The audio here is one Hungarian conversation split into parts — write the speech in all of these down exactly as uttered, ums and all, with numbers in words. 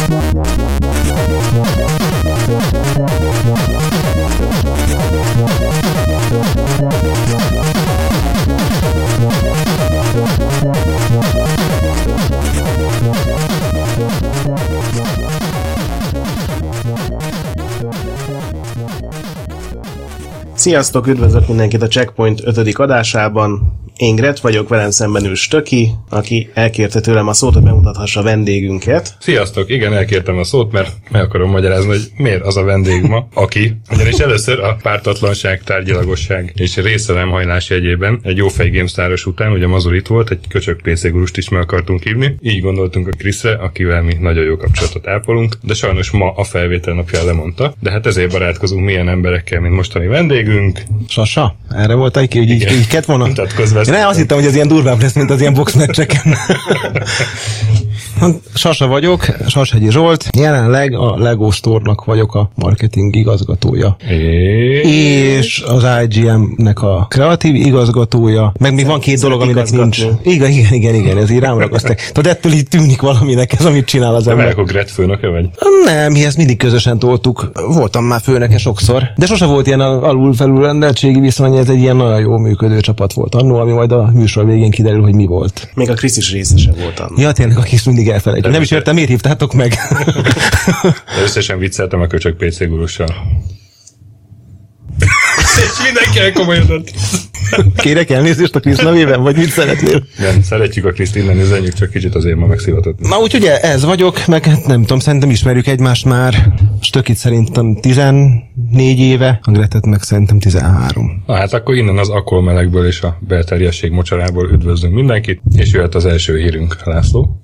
Sziasztok, üdvözlök mindenkit a Checkpoint ötödik adásában. Én Gret vagyok, velem szemben ül Stöki, aki elkérte tőlem a szót, hogy bemutathassa a vendégünket. Sziasztok, igen, elkértem a szót, mert meg akarom magyarázni, hogy miért az a vendég ma, aki, ugyanis először a pártatlanság, tárgyilagosság és részelemhajlás jegyében egy jó fej GameStar-os után, ugye Mazur itt volt, egy köcsög pé cé gurust is meg akartunk hívni, így gondoltunk a Kriszre, akivel mi nagyon jó kapcsolatot ápolunk, de sajnos ma a felvétel napján lemondta, de hát ezért barátkozunk milyen emberekkel, mint mostani vendégünk. Sasa, erre volt egy ki, hogy így, így kellett volna. Ne, azt hittem, hogy az ilyen durvább lesz, mint az ilyen boxmeccseken. Sasa vagyok, Sashegyi Zsolt, jelenleg a Lego Store-nak vagyok a marketing igazgatója. És az i gé em-nek a kreatív igazgatója, meg még van két dolog, aminek nincs. Igen, igen, igen, igen, ez így rám ragasztak. Tehát ettől így tűnik valaminek ez, amit csinál az ember. De akkor Gret főnöke vagy? Nem, mi ezt mindig közösen toltuk. Voltam már főnöke sokszor. De sose volt ilyen alul-felül rendeltségi viszony, ez egy ilyen nagyon jó működő csapat volt annó, ami majd a műsor végén kiderül, hogy mi volt. Még a Krisz is részese volt annó. Ja, tényleg, a Krisz mindig elfelejtett. Nem is értem, miért hívtátok meg? De összesen vicceltem a köcsög pé cé gurussal. És mindenki elkomolyodott. Kérek elnézést a Krisz nevében, vagy mit szeretnél? Nem, szeretjük a Kriszt, innen üzenjük, csak kicsit azért ma megszivatott. Na úgyhogy ez vagyok, meg nem tudom, szerintem ismerjük egymást már. Stökit szerintem tizennégy éve, a Gretet meg szerintem tizenhárom. Na hát akkor innen az alkoholmelegből és a belterjesség mocsarából üdvözlünk mindenkit, és jöhet az első hírünk, László.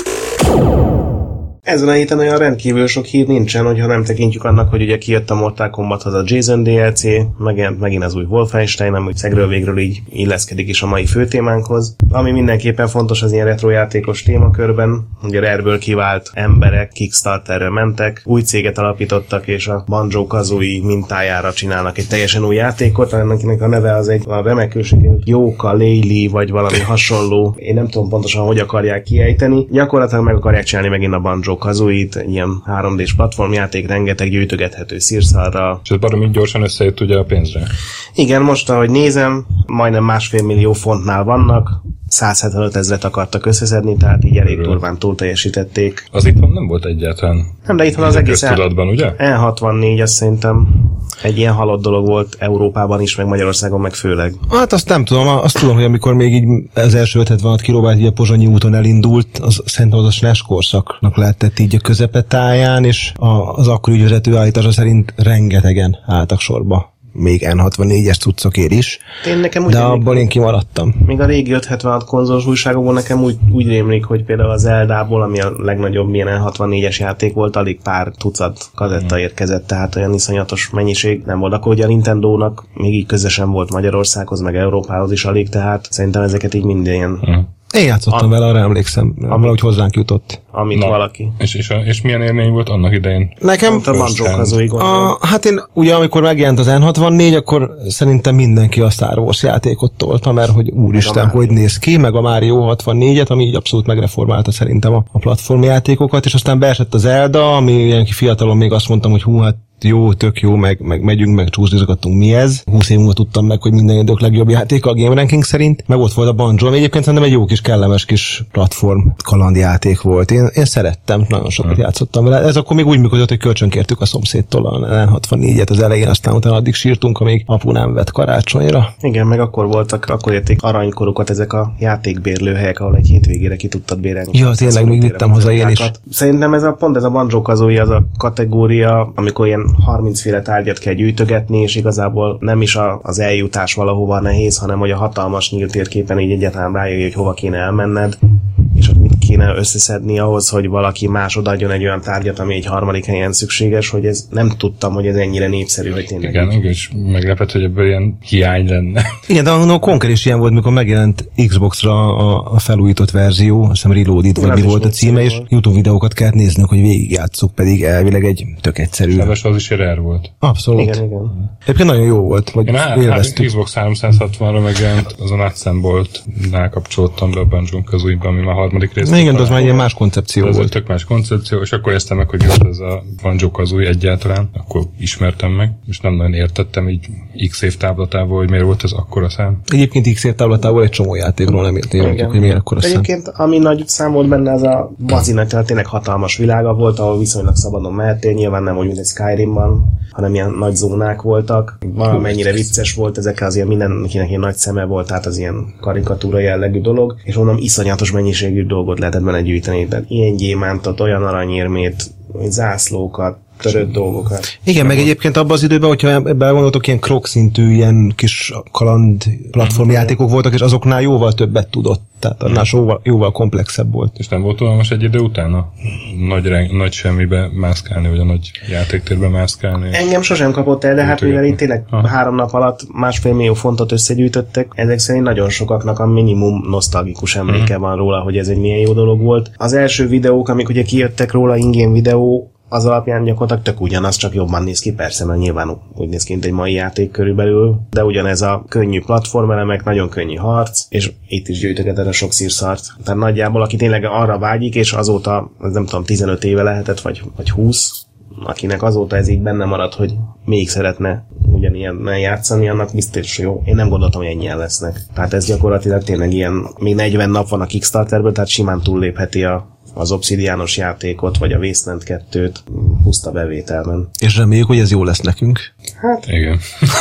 Ezen a héten olyan rendkívül sok hír nincsen, hogyha nem tekintjük annak, hogy ugye kijött a Mortal Kombathoz a Jason dé el cé, megjelent megint az új Wolfenstein, ami szegről végről így illeszkedik is a mai főtémánkhoz. Ami mindenképpen fontos az ilyen retrojátékos témakörben, ugye Rare-ből kivált emberek Kickstarterre mentek, új céget alapítottak, és a Banjo-Kazooie mintájára csinálnak egy teljesen új játékot, annak a neve az egy a remekőség, Jóka, Léli, vagy valami hasonló. Én nem tudom pontosan, hogy akarják kiejteni. Gyakorlatilag meg akarják csinálni megint a Banjo Kazooie-t, egy ilyen három dés platformjáték, rengeteg gyűjtögethető szírszarra. És ez baromi gyorsan összejött ugye a pénzre? Igen, most ahogy nézem, majdnem másfél millió fontnál vannak, száz hetvenöt ezret akartak összeszedni, tehát így elég durván túl teljesítették. Az itthon nem volt egyáltalán. Nem, de itthon az egész tudatban, ugye? E hatvannégy, azt szerintem egy ilyen halott dolog volt Európában is, meg Magyarországon meg főleg. Hát azt nem tudom, azt tudom, hogy amikor még így az első öt hetvenhat kilóvált így a Pozsonyi úton elindult, az szerintem az a es en e es korszaknak lehetett így a közepetáján, és az akkori ügyvezető állítása szerint rengetegen álltak sorba. Még en hatvannégyes cuccokért is, én nekem úgy de rémlik, abból én kimaradtam. Még a régi öt hetvenhat konzolos újságokból nekem úgy, úgy rémlik, hogy például az Zeldából, ami a legnagyobb ilyen en hatvannégyes játék volt, alig pár tucat kazetta érkezett, tehát olyan iszonyatos mennyiség nem volt. Akkor ugye a Nintendónak még így közösen volt Magyarországhoz, meg Európához is alig, tehát szerintem ezeket így minden hmm. Én játszottam a, vele, arra emlékszem, valahogy hozzánk jutott. Amit Na, valaki. És, és, és milyen élmény volt annak idején? Nekem a Banjo-Kazooie gondolom. Hát én ugye amikor megjelent az en hatvannégy, akkor szerintem mindenki a Star Wars játékot tolta, mert hogy úristen, hogy néz ki, meg a Mario hatvannégyet, ami így abszolút megreformálta szerintem a, a platformjátékokat, és aztán beesett az Zelda, ami ilyen fiatalon még azt mondtam, hogy hú, hát jó, tök jó, meg, meg megyünk, meg csúszdizgattunk, mi ez. húsz év múlva tudtam meg, hogy minden idők legjobb játéka a Game Ranking szerint. Meg ott volt a Banjo, ami egyébként szerintem egy jó kis kellemes kis platform kalandjáték volt. Én, én szerettem, nagyon sokat hmm. játszottam vele. Ez akkor még úgy működött, hogy kölcsönkértük a szomszédtól a en hatvannégyet az elején, aztán utána addig sírtunk, amíg apu nem vett karácsonyra. Igen, meg akkor voltak, akkor érték aranykorukat ezek a játékbérlőhelyek, ahol egy hétvégére ki tudtad bérelni. Ja, tényleg még vittem haza én is. Szerintem ez a pont ez a Banjo-Kazooie az a kategória, amikor ilyen harmincféle tárgyat kell gyűjtögetni, és igazából nem is a, az eljutás valahova nehéz, hanem hogy a hatalmas nyílt térképen így egyáltalán rájöjj, hogy hova kéne elmenned, és ott mit kéne összeszedni ahhoz, hogy valaki más odaadjon egy olyan tárgyat, ami egy harmadik helyen szükséges, hogy ez nem tudtam, hogy ez ennyire népszerű, hogy tényleg. Igen, így. És meglepett, hogy ebből ilyen hiány lenne. Igen, de a Conker is ilyen volt, mikor megjelent Xboxra a, a felújított verzió, azt hiszem Reloaded, vagy mi volt a címe, és YouTube videókat kellett néznünk, hogy végigjátszuk, pedig elvileg egy tök egyszerű. Szerves az is Rare volt. Abszolút. Igen, igen. Egyébként nagyon jó volt, vagy élveztük. Xbox háromszázhatvanra megjelent, azon Assembled-nál kapcsoltam be a Banjo-Kazooie-be, ami már a harmadik rész. Igen, Igen, de az már ilyen más koncepció az volt. Tök más koncepció, és akkor értem meg, hogy volt ez a Banjo-Kazooie egyáltalán, akkor ismertem meg, és nem nagyon értettem így X év táblatával, hogy miért volt ez akkora szám. Egyébként X év táblatából egy csomó játékról nem értem, hogy miért akkora szám. Egyébként, ami nagy szám volt benne, az a bazinak, tehát tényleg hatalmas világa volt, ahol viszonylag szabadon mehettél, nyilván nem úgy, mint egy Skyrimban, hanem ilyen nagy zónák voltak. Valamennyire vicces volt, ezek az ilyen mindenkinek ilyen nagy szeme volt, tehát az ilyen karikatúra jellegű dolog, és mondom, iszonyatos mennyiségű dolgot lehetett benne gyűjteni, tehát ilyen gyémántot, olyan aranyérmét, zászlókat, törött dolgokat. Igen, meg egyébként abban az időben, hogyha belegondoltok, ilyen krok szintű, ilyen kis kaland platformjátékok voltak, és azoknál jóval többet tudott, tehát annál jóval, jóval komplexebb volt. És nem volt olyan most egy idő után a nagy, nagy semmibe mászkálni, vagy a nagy játéktérbe mászkálni? Engem sosem kapott el, de hát mivel itt tényleg ha. három nap alatt másfél millió fontot összegyűjtöttek, ezek szerint nagyon sokaknak a minimum nosztalgikus emléke van róla, hogy ez egy milyen jó dolog volt. Az első videók, amik ugye kijöttek róla, ingame videó, az alapján gyakorlatilag tök ugyanaz, csak jobban néz ki, persze, mert nyilván úgy néz ki, mint egy mai játék körülbelül, de ugyanez a könnyű platformelemek, nagyon könnyű harc, és itt is gyűjtögeted a sok szírszart. Tehát nagyjából, aki tényleg arra vágyik, és azóta, nem tudom, tizenöt éve lehetett, vagy, vagy húsz, akinek azóta ez így benne marad, hogy még szeretne ugyanilyen játszani, annak biztos jó. Én nem gondoltam, hogy ennyien lesznek. Tehát ez gyakorlatilag tényleg ilyen, még negyven nap van a Kickstarterből, tehát simán túllépheti a az Obsidianos játékot, vagy a Wasteland kettőt puszta bevételben. És reméljük, hogy ez jó lesz nekünk. Hát... Igen.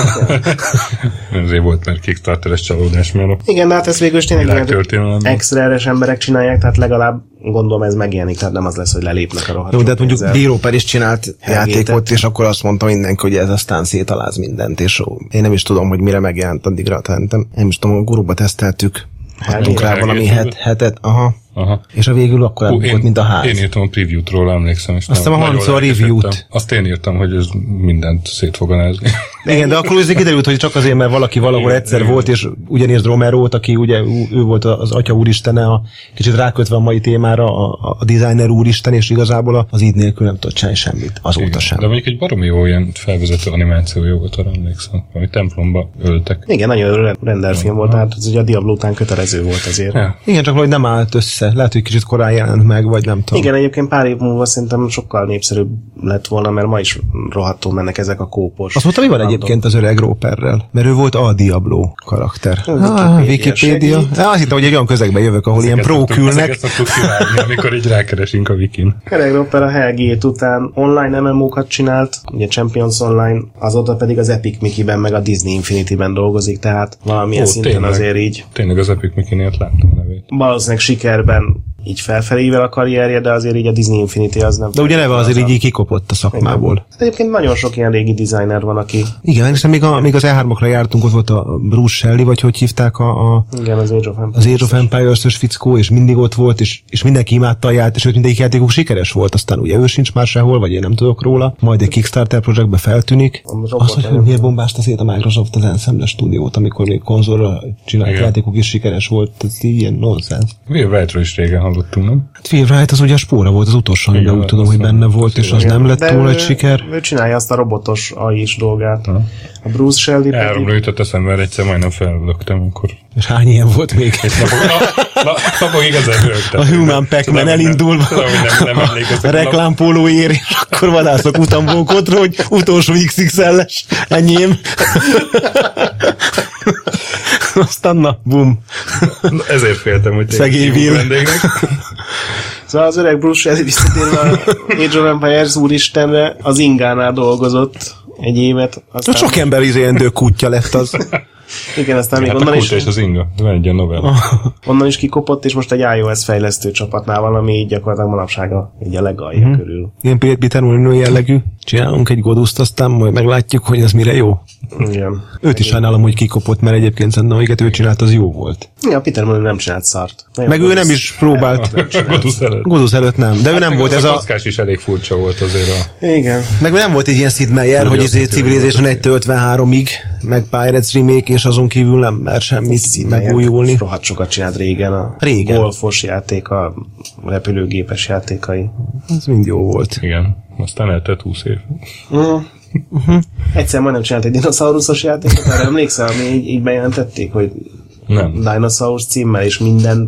Ezért volt már Kickstarteres csalódás, mert igen, de hát ez végül is tényleg extra-eres emberek csinálják, tehát legalább gondolom ez megjelenik, tehát nem az lesz, hogy lelépnek a rohadt. Jó, de hát mondjuk Déróper is csinált játékot, és akkor azt mondta mindenki, hogy ez aztán szétaláz mindent, és én nem is tudom, hogy mire megjelent addigra, tehát nem is tudom, a gurúba teszteltük, hattunk rá valami het, hetet, aha. Aha. És a végül akkor Hú, volt, mint a ház. Én írtam a preview-t róla, emlékszem. És aztán a Hanco a review-t. Azt én írtam, hogy ez mindent szét fog alázni. Igen, de akkor azért kiderült, hogy csak azért, mert valaki valahol igen, egyszer igen. volt, és ugyanígy Romero-t, aki ugye ő volt az Atya úristene, a, kicsit rákötve a mai témára, a, a designer úristen, és igazából az így nélkül nem tudott csinálni semmit. Azóta igen. sem. De mondjuk egy baromi jó ilyen felvezető animáció jó volt, arra emlékszem. Ami templomba öltek. Igen, nagyon renderfilm volt, tehát ez ugye a Diablo után kötelező volt azért. Ja. Igen, csak hogy nem állt össze. Lehet, hogy kicsit korán jelent meg, vagy nem tudom. Igen, egyébként pár év múlva szerintem sokkal népszerűbb lett volna, mert ma is rohadtul mennek ezek a kópos. Azt mondta, mi van egyébként az öreg Roperrel? Mert ő volt a Diablo karakter. Ah, Wikipédia. Azt hittem, hogy egy olyan közegbe jövök, ahol ezeket ilyen prók ülnek. Ezeket szoktuk kivárni, amikor így rákeresünk a wikin. Öreg Roper a Hellgate után online em em ó-kat csinált, ugye Champions Online, azóta pedig az Epic Mickey-ben meg a Disney Infinity-ben dolgozik, tehát valamilyen Ó, szinten tényleg, azért így. Tényleg az Epic Mickey-nél láttam a nevét. Valószínűleg sikerben így felfelével a karrierje, de azért így a Disney Infinity az nem... De ugye neve azért így, így kikopott a szakmából. Hát egyébként nagyon sok ilyen régi designer van, aki... Igen, és még, a, még az E háromokra jártunk, ott volt a Bruce Shelley, vagy hogy hívták a... a igen, az Age of Empires. Az Age of Empires-ös fickó, és mindig ott volt, és, és mindenki imádta a játék, és mindegyik játékuk sikeres volt, aztán ugye ő sincs már sehol, vagy én nem tudok róla, majd egy Kickstarter projektbe feltűnik. Az, hogy miért bombázta szét a Microsoft az Ensemble stúdiót, amikor még konzolra csinált játékok is sikeres volt, ez ilyen nonsens. Miért Wright-ról is régen hallottunk, nem? Phil Wright az ugye a Spóra volt az utolsó, amiben úgy tudom, hogy benne volt, és az nem lett túl egy siker. Ő csinálja azt a robotos á i-s dolgát. Ha. A Bruce Shelley pedig... Elromra jutott eszembe, egyszer majdnem fellöktem, akkor... És hány ilyen volt még? Napokig ezer rögtem. A Human Pac-Man elindulva a reklámpólóért, és akkor vadászok utambókodra, hogy utolsó iksz iksz el-es enyém. Aztán na, bum. Ezért féltem, hogy szegény vendégnek. Szóval az öreg Bruce Shelley visszatérve a Age of Empires úristenre az Ingánál dolgozott egy évet. Aztán... Sok ember izéendő kutya lett az. Igen, aztán még hát onnan is... és az Inga, de van egy ilyen novella. Onnan is kikopott, és most egy iOS fejlesztő csapatnál van, ami így gyakorlatilag manapság a, így a legalja mm-hmm. körül. Ilyen Peter Molyneux jellegű. Csinálunk egy Goduszt, aztán majd meglátjuk, hogy ez mire jó. Igen. Őt is sajnálom, hogy kikopott, mert egyébként szerintem, amiket ő csinált, az jó volt. Ja, Peter Molyneux nem csinált szart. Nagyon meg ő nem is próbált. Godus előtt. Godus előtt nem, de ő hát nem volt ez a... a kockás is elég furcsa volt azért a... Igen. Meg nem volt egy ilyen Sid Meier, hogy ez egy Civilization egy ötvenháromig, meg Pirates remake, és azon kívül nem mer semmit megújulni. Rohadt sokat csinált régen a régen. golfos játék, a repülőgépes játékai. Ez mind jó volt. Igen. Aztán eltelt húsz év. Uh-huh. Uh-huh. Egyszer majdnem csinált egy dinoszauruszos játékot, arra emlékszel, ami így, így bejelentették, hogy nem. Dinosaurus címmel, és minden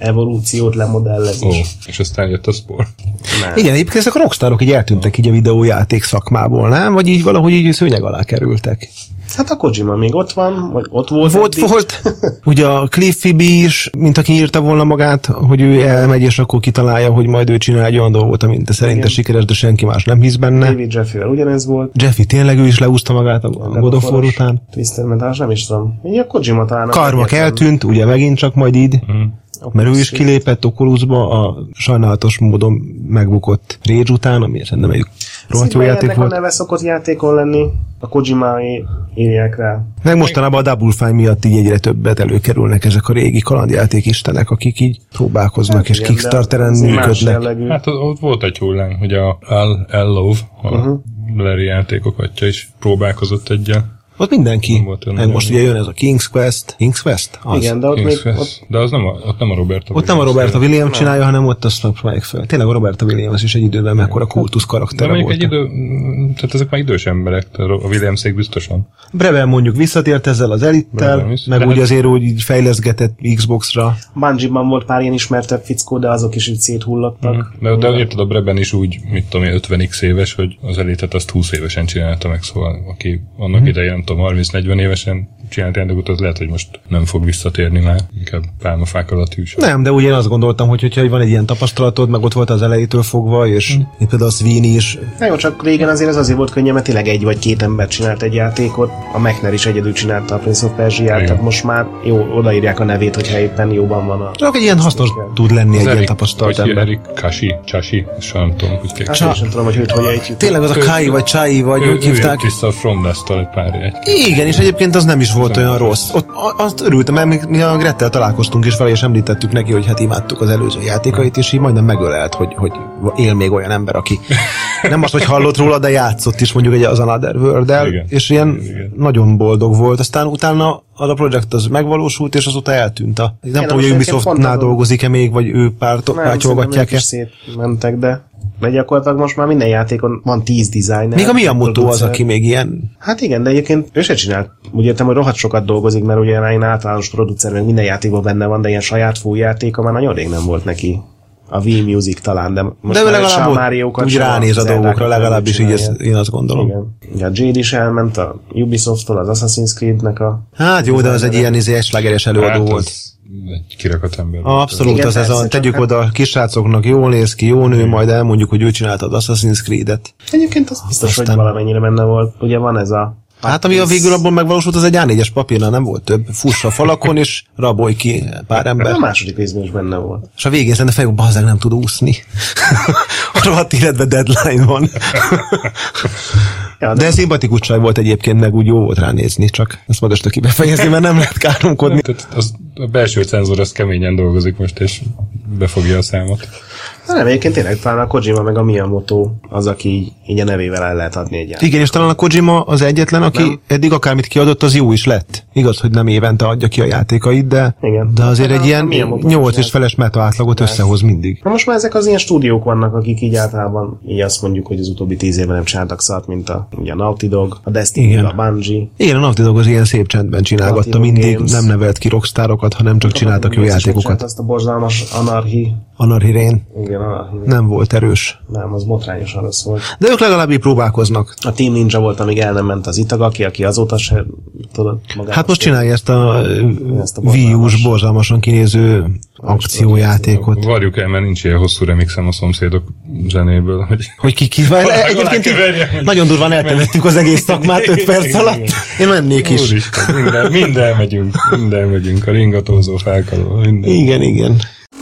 evolúciót lemodellez. Ó, oh, és aztán jött a Spore. Nem. Igen, egyébként ezek a rockstarok így eltűntek így a videójáték szakmából, nem? Vagy így valahogy így szőnyeg alá kerültek. Hát a Kojima még ott van, vagy ott volt. Volt, eddig. volt. Ugye a Cliffy B is, mint aki írta volna magát, hogy ő elmegy, és akkor kitalálja, hogy majd ő csinál egy olyan dolgot, amint te szerinte sikeres, de senki más nem hisz benne. David Jeffy-vel ugyanez volt. Jeffy tényleg ő is leúzta magát a God of War után. Twister Metal, nem is tudom. Így a Kojima talán. Karmak eltűnt, ugye megint csak majd így. Mm. Mert ő is kilépett Oculusba a sajnálatos módon megbukott Rage után, ami szerintem egy rohadt jó játék volt. A neve szokott játékon lenni, a Kojimai írják rá. Meg mostanában a Double Fine miatt így egyre többet előkerülnek ezek a régi kalandjáték istenek, akik így próbálkoznak hát és igen, Kickstarteren működnek. Hát ott volt egy hullám, hogy a L-Love, a uh-huh. Larry játékok atya is próbálkozott egyel. Ott mindenki. Meg most ugye jön ez a King's Quest. King's Quest? Az. Igen, de ott King's még... Ott... De az nem a, ott nem a Roberta Ott nem a Roberta Williams nem. csinálja, hanem ott azt próbálják fel. Tényleg a Roberta Williams is egy időben mekkora kultusz karaktere volt. De egy idő... Tehát ezek már idős emberek, a Williamsék biztosan. Breben mondjuk visszatért ezzel az Elittel, meg úgy azért úgy fejleszgetett Xboxra. Bungie-ban volt pár ilyen ismertebb fickó, de azok is így széthullottak. Mm. De, de érted, a Breben is úgy, mit tudom én, ötven x éves, hogy az Elitet azt húsz évesen csinálta meg, szóval aki annak mm. idején, nem tudom, harminc-negyven évesen csinált játékot, az lehet, hogy most nem fog visszatérni már, inkább pálmafák alatt hűs. Nem, de úgy én azt gondoltam, hogy hogyha van egy ilyen tapasztalatod, meg ott volt az elejétől fogva, és mm. itt például a Sweeney is. Na jó, csak régen azért az azért volt könnyű, mert tényleg egy vagy két ember csinált egy játékot, a Mechner is egyedül csinálta a Prince of Persia-t, tehát most már jó, odaírják a nevét, hogyha éppen jóban van a... Csak egy ilyen hasznos tud lenni az egy ilyen tapasztalt ember. Erik Kashi, Chashi, sem tudom, hogy kell. Hát sem tudom, hogy őt hogy ejtjük. Tényleg az a Kai vagy Chai vagy úgy hívták. Vissza a From Dust-tal egy pár egy. Igen, és egyébként az nem is volt olyan rossz. Ott azt örültem, mert mi a Grettel találkoztunk és vele, és említettük neki, hogy hát imádtuk az előző játékait, és így majdnem megölelt, hogy, hogy él még olyan ember, aki nem azt, hogy hallott róla, de játszott is mondjuk egy az Another World-el, és ilyen igen. nagyon boldog volt. Aztán utána az a projekt az megvalósult, és azóta eltűnt. A, nem tudom, hogy Ubisoftnál dolgozik-e még, vagy ő pártolgatják-e. Szétmentek, de de gyakorlatilag most már minden játékon van tíz designer. Még a Miyamoto az, aki még ilyen... Hát igen, de egyébként ő se csinált. Úgy értem, hogy rohadt sokat dolgozik, mert ugye egy általános producer, meg minden játékban benne van, de ilyen saját fújátéka már nagyon rég nem volt neki. A Wii Music talán, de most de legalább úgy ránéz a dolgokra, legalábbis így ezt, én azt gondolom. Igen. Ja, a Jade is elment a Ubisoft-tól, az Assassin's Creed-nek a... Hát jó, de az egy ilyen izé slágeres előadó hát volt. Egy kirakat ember. Abszolút, igen, az ez a, tegyük hát... oda a kisrácoknak, jól néz ki, jó nő, igen. majd elmondjuk, hogy ő csinálta az Assassin's Creed-et. Egyébként az biztos, aztán... hogy valamennyire benne volt. Ugye van ez a... Hát ami a végül abban megvalósult, az egy á négyes papírnál nem volt több. Fuss a falakon, és rabolj ki pár ember. A második részben is benne volt. És a végén szerintem fejük, bazzeg nem tud úszni. A rohadt életben deadline van. Ja, de... de szimpatikus csaj volt egyébként, meg úgy jó volt ránézni, csak ezt majd este befejezni, mert nem lehet káromkodni. Az, a belső cenzor az keményen dolgozik most, és befogja a számot. Na nem, egyébként tényleg talán a Kojima meg a Miyamoto az, aki így, így a nevével el lehet adni egy játékot. Igen, és talán a Kojima az egyetlen, aki nem? eddig akármit kiadott, az jó is lett. Igaz, hogy nem évente adja ki a játékait, de, igen. de azért hát egy ilyen nyolc és feles meta átlagot hát. összehoz mindig. Na most már ezek az ilyen stúdiók vannak, akik így általában így azt mondjuk, hogy az utóbbi tíz évben nem csináltak szart, mint a, ugye a Naughty Dog, a Destiny, igen. a Bungie. Igen, a Naughty Dog az ilyen szép csendben csinálgatta mindig, Games. Nem nevelt ki rockstarokat, hanem csak csináltak jó játékokat. Azt a borzalmas Anarchy. Anarchy Reign. Igen, Anarchy. Nem volt erős. Nem, az botrányosan rossz volt. De ők legalább így próbálkoznak. A Team Ninja volt, amíg el nem ment az Itagaki, aki azóta se tudod magát. Hát most csinálja ezt a, ezt a Wii U-s borzalmasan kinéző akciójátékot. Várjuk el, mert nincs ilyen hosszú remixem a szomszédok zenéből. Hogy, hogy ki ki egyébként nagyon durván eltemettük az egész szakmát öt perc alatt. Én mennék is. Úristen, minden, minden megyünk, minden megyünk. A ringatózó felkaló. Minden. Igen, igen.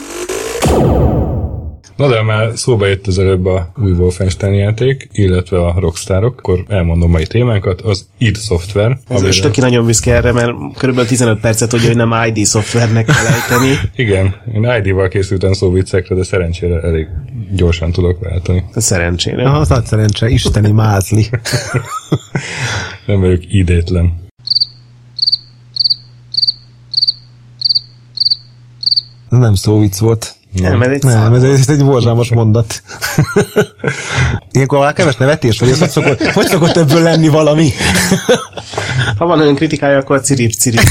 Na de már szóba jött az előbb a új Wolfenstein játék, illetve a Rockstarok, akkor elmondom mai témánkat, az id Software. Ez most aki nagyon büszke erre, mert körülbelül tizenöt percet tudja, hogy nem i dé Software-nek kell ejteni. Igen, én i dé-val készültem szóviccekre, de szerencsére elég gyorsan tudok váltani. Szerencsére. Aha, az nagy szerencse, isteni mázli. Nem vagyok idétlen. Ez nem szóvicc volt. Nem, ez egy, nem, ez, ez egy borzalmas mondat. Ilyenkor már keves nevetés, vagy ez hogy szokott, hogy szokott ebből lenni valami? Ha van olyan kritikája, akkor cirip, cirip.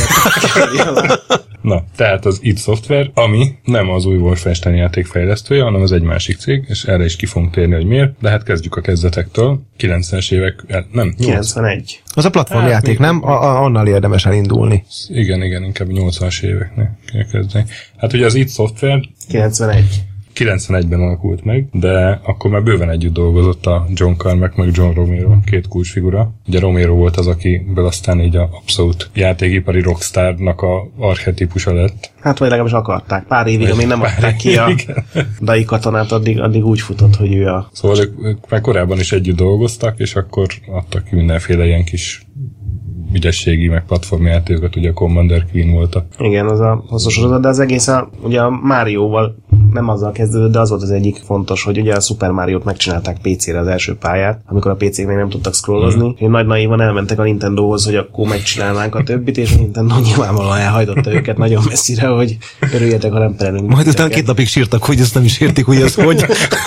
Na, tehát az id Software, ami nem az új Wolfenstein játék fejlesztője, hanem az egy másik cég, és erre is ki fogunk térni, hogy miért, de hát kezdjük a kezdetektől. kilencvenes évek, nem, kilencvenegy. Az a platformjáték, hát, nem? A, a, annal érdemes elindulni. Igen, igen, inkább nyolcvanas éveknél kell kezdeni. Hát ugye az id Software kilencvenegy. kilencvenegyben alakult meg, de akkor már bőven együtt dolgozott a John Carmack meg John Romero, két kulcsfigura. Ugye Romero volt az, akiből aztán így a abszolút játékipari rockstarnak a archetípusa lett. Hát vagy legalábbis akarták. Pár évig, amíg nem adták ki a dai katonát, addig, addig úgy futott, hogy ő a... Szóval ők, ők már korábban is együtt dolgoztak, és akkor adtak ki mindenféle ilyen kis ügyességi, meg platformjátékokat, ugye a Commander Queen volt a... Igen, az a hosszú sorozat, de az egész a, ugye a Márióval nem azzal kezdődött, de az volt az egyik fontos, hogy ugye a Super Mario-t megcsinálták pé cére az első pályát, amikor a pé cék még nem tudtak scrollozni. Mm. Nagy naivan elmentek a Nintendohoz, hogy akkor megcsinálnánk a többit, és a Nintendo nyilvánvalóan elhajtotta őket nagyon messzire, hogy örüljetek, ha nem perelünk. Majd utána két napig sírtak, hogy ezt nem is értik, hogy ez hogy.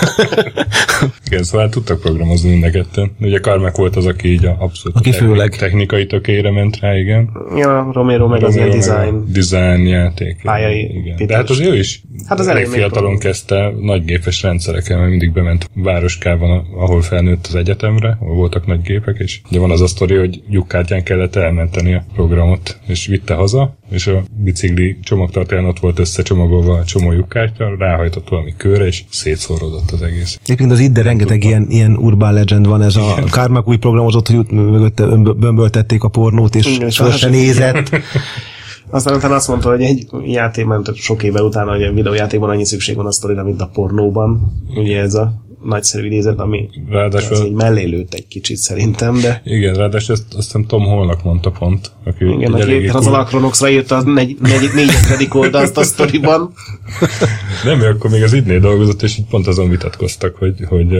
Igen, szóval tudtak programozni mind a ketten. Ugye Carmack volt az, aki így a abszolút aki főleg technikai tökére ment rá, igen. Ja, Romero meg az ilyen design. Design játék. Pályai. Igen. De hát az ő is hát az elég fiatalon kezdte nagy gépes rendszerekkel, mert mindig bement városkában, ahol felnőtt az egyetemre, ahol voltak nagy gépek, és ugye van az a sztori, hogy lyukkártyán kellett elmenteni a programot, és vitte haza, és a bicikli csomagtartályon ott volt összecsomagolva a csomó lyukkártya, ráhajtott valami körre, és szétszóródott az egész. Egyébként az ide rengeteg ilyen, ilyen urban legend van, ez a Carmack úgy programozott, hogy mögötte bömböltették a pornót, és soha se nézett. Aztán utána azt mondta, hogy egy játékban, sok évvel utána, hogy a videójátékban annyi szükség van a sztorira, mint a pornóban. Ugye ez a nagyszerű idézet, ami ráadásul így mellé lőtt egy kicsit szerintem, de... Igen, ráadásul ezt azt hiszem Tom Hallnak mondta pont. Aki igen, aki az Alakronoxra írta a négyedik oldalt a sztoriban. Nem, ő akkor még az idnél dolgozott, és így pont azon vitatkoztak, hogy, hogy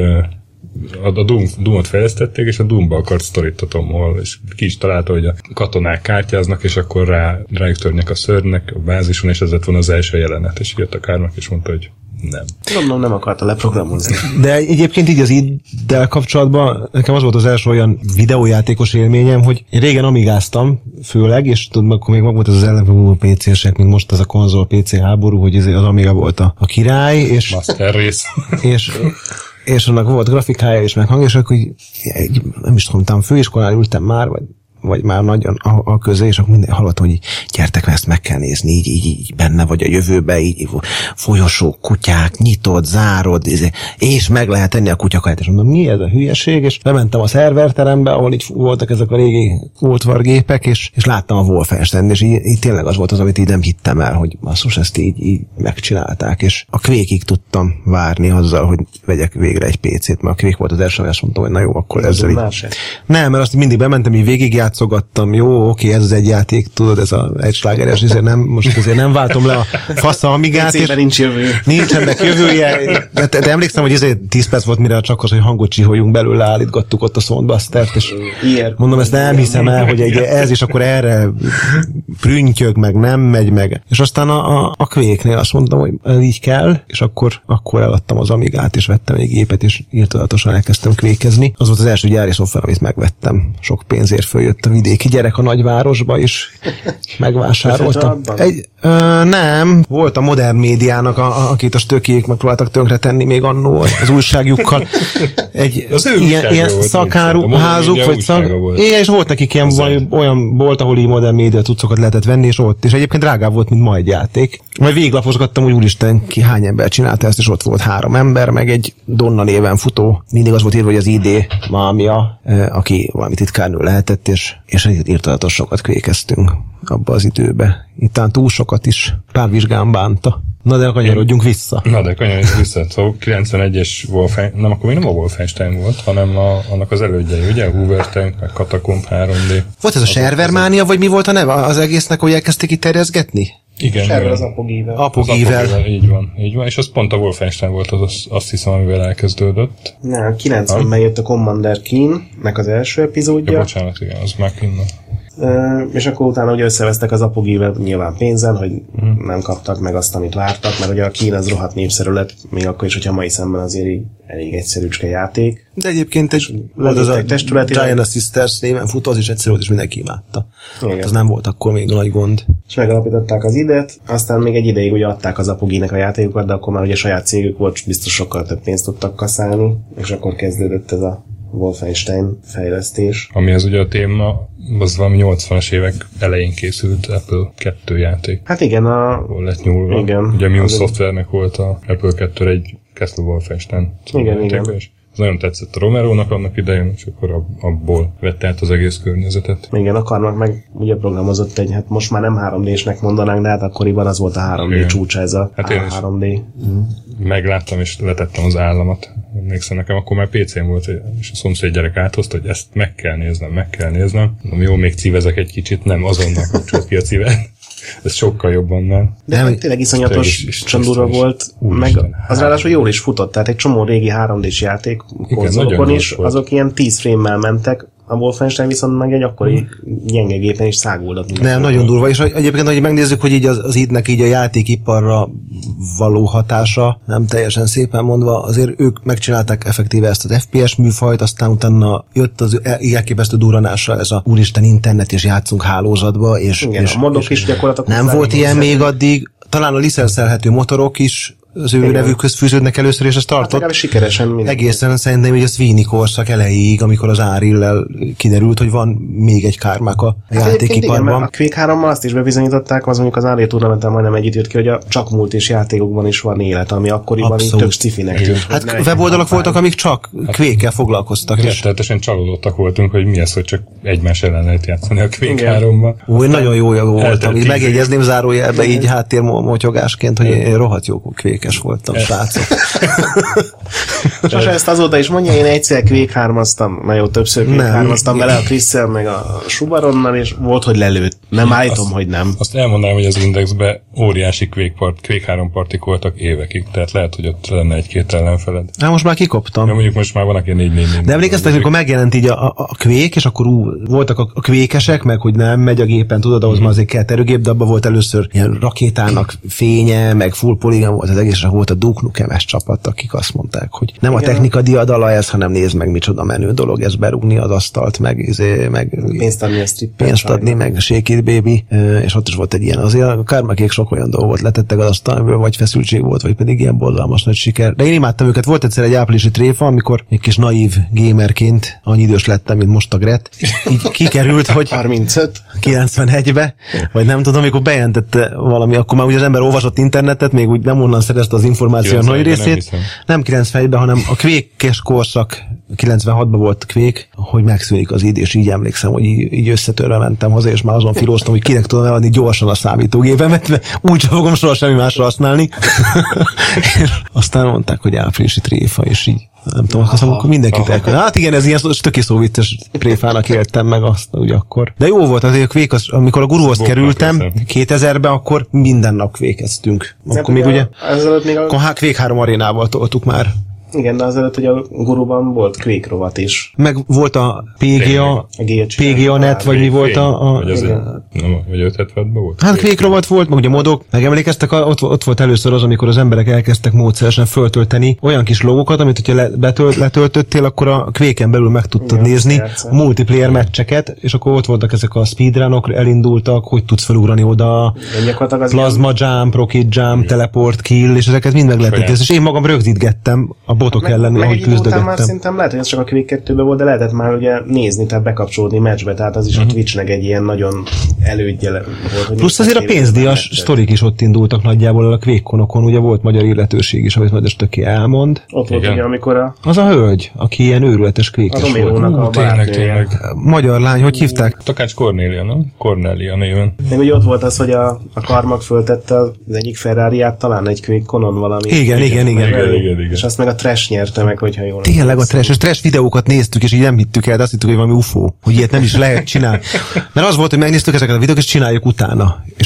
a Doom, Doomot fejlesztették, és a Doomba akart sztorit a Tom Hall, és ki is találta, hogy a katonák kártyáznak, és akkor rá, rájuk törnek a szörnynek a bázison, és ez lett volna az első jelenet, és jött a Carmack, és mondta, hogy nem. Gondolom, nem akarta leprogramozni. De egyébként így az iddel kapcsolatban nekem az volt az első olyan videójátékos élményem, hogy én régen amigáztam, főleg, és tudom, akkor még mag volt az az ellenfogó pé cések, mint most az a konzol pé cé háború, hogy az Amiga volt a, a király, és... Master Race. És... és annak volt grafikája és meg hang, és akkor így, nem is tudom, talán főiskolán ültem már, vagy, vagy már nagyon a, a közé, és akkor minden hallottam, hogy így, gyertek, ezt meg kell nézni, így, így, így benne vagy a jövőbe, így folyosók, kutyák, nyitod, zárod, és meg lehet tenni a kutyakaját, és mondom, mi ez a hülyeség, és bementem a szerverterembe, ahol így voltak ezek a régi ultvargépek, és, és láttam a Wolfenstein, és így, így tényleg az volt az, amit így nem hittem el, hogy basszus, ezt így, így megcsinálták, és a Quake-ig tudtam várni azzal, hogy vegyek végre egy pé cét, mert a Quake volt az első, hogy azt mondtam, hogy na jó, akkor ezzel így... Nem, mert azt mindig bementem, így végig játszogattam, jó, oké, ez az egy játék, tudod, ez a egy slágeres, ezért nem, most azért nem váltom le a fasz Amigát, és nincs jövő. Nincs ennek jövője. De, de emlékszem, hogy ezért tíz perc volt, mire csak az, hogy hangot csiholjunk belőle, állítgattuk ott a Soundbustert, és ilyen. Mondom, ezt nem hiszem el, hogy egy, ez is akkor erre prüntjög, meg nem megy meg. És aztán a, a, a Quake-nél azt mondtam, hogy ez így kell, és akkor, akkor eladtam az Amigát, és vettem egy gépet, és írtudatosan elkezdtem Quake-ezni. Az volt az első gyári szoftver, amit megvettem. Sok pénzért följött a vidéki gyerek a nagyvárosba, és megvásároltam. Egy, ö, nem, volt a Modern Médiának, a, a, akit a stökék megpróbáltak tönkretenni még annó az újságjukkal. Egy ilyen, ilyen szakáruházuk, vagy szak... Igen, és volt nekik ilyen valami, olyan bolt, ahol így Modern Média cuccokat lehetett venni, és ott. És egyébként drágább volt, mint ma egy játék. Majd végiglapozgattam, hogy úristen, ki hány ember csinálta ezt, és ott volt három ember, meg egy Donna néven futó. Mindig az volt írva, hogy az i dé mámia, aki valami titkárnő lehetett, és, és írtalatos sokat kvékeztünk abba az időbe. Ittán túl sokat is. Pár vizsgán bánta. Na de kanyarodjunk vissza. Na de kanyarodjunk vissza. Szóval kilencvenegyes Wolfenstein, nem, akkor még nem a Wolfenstein volt, hanem a, annak az elődjei, ugye? Hoover Tank, meg Katakomb három dé. Volt ez a servermánia, vagy mi volt a neve az egésznek, hogy elkezdték itt terjeszgetni? Igen. Server az Apogee-vel. Apogee-vel. Így van, így van. És az pont a Wolfenstein volt, az, azt hiszem, amivel elkezdődött. Na, kilencvenben jött a Commander Keen-nek az első epizódja. Ja, bocsánat, igen, az már Keen. és akkor utána ugye összevesztek az Apogee-vel nyilván pénzen, hogy nem kaptak meg azt, amit vártak, mert ugye a Kína az rohadt népszerű lett, még akkor is, hogyha mai szemben azért így elég egyszerűcske játék. De egyébként egy, volt az a Giant Sisters néven futó, az is egyszerű volt, és mindenki imádta. Hát az nem volt akkor még nagy gond. És megalapították az idet, aztán még egy ideig ugye adták az Apogee-nek a játékokat, de akkor már ugye saját cégük volt, biztos sokkal több pénzt tudtak kaszálni, és akkor kezdődött ez a Wolfenstein fejlesztés. Ami az ugye a téma, az valami nyolcvanas évek elején készült Apple kettő játék. Hát igen, a... Hol lett nyúlva. Igen. Ugye a Muse Software-nek volt a Apple kettő egy Castle Wolfenstein. Igen, igen. És ez nagyon tetszett a Romero-nak annak idején, és akkor abból vette át az egész környezetet. Igen, a Carmack meg ugye programozott egy, hát most már nem három dé-snek mondanánk, de hát akkoriban az volt a három dé igen. csúcsa, ez a hát három dé. Megláttam, és letettem az államat. Emlékszem, nekem akkor már pé cén volt, és a szomszéd gyerek áthozta, hogy ezt meg kell néznem, meg kell néznem. Mondom, jó, még civezek egy kicsit, nem, azonnal kapcsolt ki a civet. Ez sokkal jobb annál. De hát tényleg iszonyatos csandura volt, meg az ráadásul jól is futott, tehát egy csomó régi három dés játék konzolokon is, azok ilyen tíz frame-mel mentek, a Wolfenstein viszont meg egy akkori gyenge gépen is száguldott. Nem, nagyon durva, és egyébként, hogy megnézzük, hogy így az, az idnek így a játékiparra való hatása, nem teljesen szépen mondva, azért ők megcsinálták effektíve ezt az ef pé es műfajt, aztán utána jött az elképesztő durranásra ez a úristen internet, és játszunk hálózatba, és, igen, és, a modok is gyakorlatilag nem volt ilyen még addig, talán a licenszelhető motorok is az ő igen. nevükhöz fűződnek először, és ez tartott. Hát sikeresen minden. Egészen szerintem, hogy a Sweeney korszak elejéig, amikor az Árillel kiderült, hogy van még egy Kármák a hát játékiparban. A Quake hárommal azt is bebizonyították, az mondjuk az Áril Tournamenten majdnem együtt jött ki, hogy a csak múlt és játékokban is van élet, ami akkoriban tök sci-finek tűnt. Hát weboldalak voltak, amik csak Quake-kel foglalkoztak. Rettenetesen csalódottak voltunk, hogy mi az, hogy csak egymás ellen lehet játszani a Quake háromban. Új, nagyon jó voltam. Megjegyezném zárójelbe így háttérmotyogásként, hogy én rohadt jó Quake voltam, srácok. Sose ezt azóta is mondja, én egyszer Quake hármaztam, na jó, többször Quake hármaztam vele a Chrisszel, meg a Subaronnal, és volt, hogy lelőtt. Nem állítom, azt, hogy nem. Azt elmondanám, hogy az Indexben óriási Quake, part, Quake három partik voltak évekig, tehát lehet, hogy ott lenne egy-két ellenfeled. Na, most már kikoptam. De mondjuk most már van, aki négy négy négy. De emlékeztek, amikor megjelent így a, a, a Quake, és akkor ú, voltak a, a Quake-esek, meg hogy nem megy a gépen, tudod, ahhoz mm. már azért kell erőgép, de abban volt először ilyen rakétának fénye, meg full polygon volt az egész, volt a Duke Nukem-es csapat, akik azt mondták, hogy nem igen. a technika diadala ez, hanem nézd meg, micsoda menő dolog ez berúgni az asztalt, meg, izé, meg pénzt adni a stripper, pénzt adni, meg Shake It Baby, és ott is volt egy ilyen. Azért a Kármákék sok olyan dolgot letettek az asztalból, vagy feszültség volt, vagy pedig ilyen borzalmas nagy siker. De én imádtam őket. Volt egyszer egy áprilisi tréfa, amikor egy kis naív gamerként annyi idős lettem, mint most a Gret. Így kikerült, hogy harmincöt kilencvenegybe, vagy nem tudom, amikor bejelentette valami, akkor már ugye az ember olvasott internetet, még úgy nem onnan szerezte az információ a nagy részét. Nem, nem kilencvenegyben, hanem a Quake-es korszak, kilencvenhatban volt Quake, hogy megszűnik az id, és így emlékszem, hogy így, így összetörve mentem haza, és már azon filóztam, hogy kinek tudom eladni gyorsan a számítógépemet, mert úgy fogom soha semmi másra használni. Aztán mondták, hogy áprilisi tréfa, és így nem tudom, azt akkor mindenkit elkülön. Hát igen, ez ilyen töké szó vicces tréfának éltem meg azt ugye akkor. De jó volt azért a Quake, az, amikor a Guruhoz kerültem kétezerben, akkor minden nap Quake-eztünk. Akkor még ugye, még a... akkor Quake három arénával toltuk már. Igen, de azelőtt, hogy a Guruban volt Quake rovat is. Meg volt a pé gé á, pé gé á net, vagy mi volt a... a vagy, az nem, vagy ötszázhetvenben volt? Hát Quake rovat volt, meg ugye modok. Megemlékeztek, ott, ott volt először az, amikor az emberek elkezdtek módszeresen föltölteni olyan kis logokat, amit hogyha le, betölt, letöltöttél, akkor a Quake-en belül meg tudtad igen, nézni persze. A multiplayer meccseket, és akkor ott voltak ezek a speedrunok, elindultak, hogy tudsz felugrani oda, plasma jump, rocket jump, igen. Teleport kill, és ezeket mind meg lehetett nézni. És én magam rögzítgettem a botok meg, ellen, ahogy küzdögettem. Már szerintem lehet, hogy ez csak a Quake kettőben volt, de lehetett már ugye nézni, tehát bekapcsolódni meccsbe, tehát az is uh-huh. a Twitchnek egy ilyen nagyon elődje volt. Hogy plusz azért a pénzdíjas sztorik is ott indultak nagyjából a Quake-konokon, ugye volt magyar illetőség is, amit majd ezt töké elmond. Ott volt ugye, amikor a... Az a hölgy, aki ilyen őrületes Quake-es volt. A tényleg, tényleg. Magyar lány, hogy hívták? Takács Kornélia, nem? Kornélia néven. Még ugye ott volt az, hogy a, a Carmack föltette az egyik Ferrari-át, talán egy Quake-konon valami. Igen, igen, igen. igen, igen, igen. És azt meg a Trash nyerte meg, hogyha jól. Tényleg a trash, és trash videókat néztük, és így nem hittük el, de azt hittük, hogy valami ufó, hogy ilyet nem is lehet csinálni. Mert az volt, hogy megnéztük ezeket a videókat, és csináljuk utána. És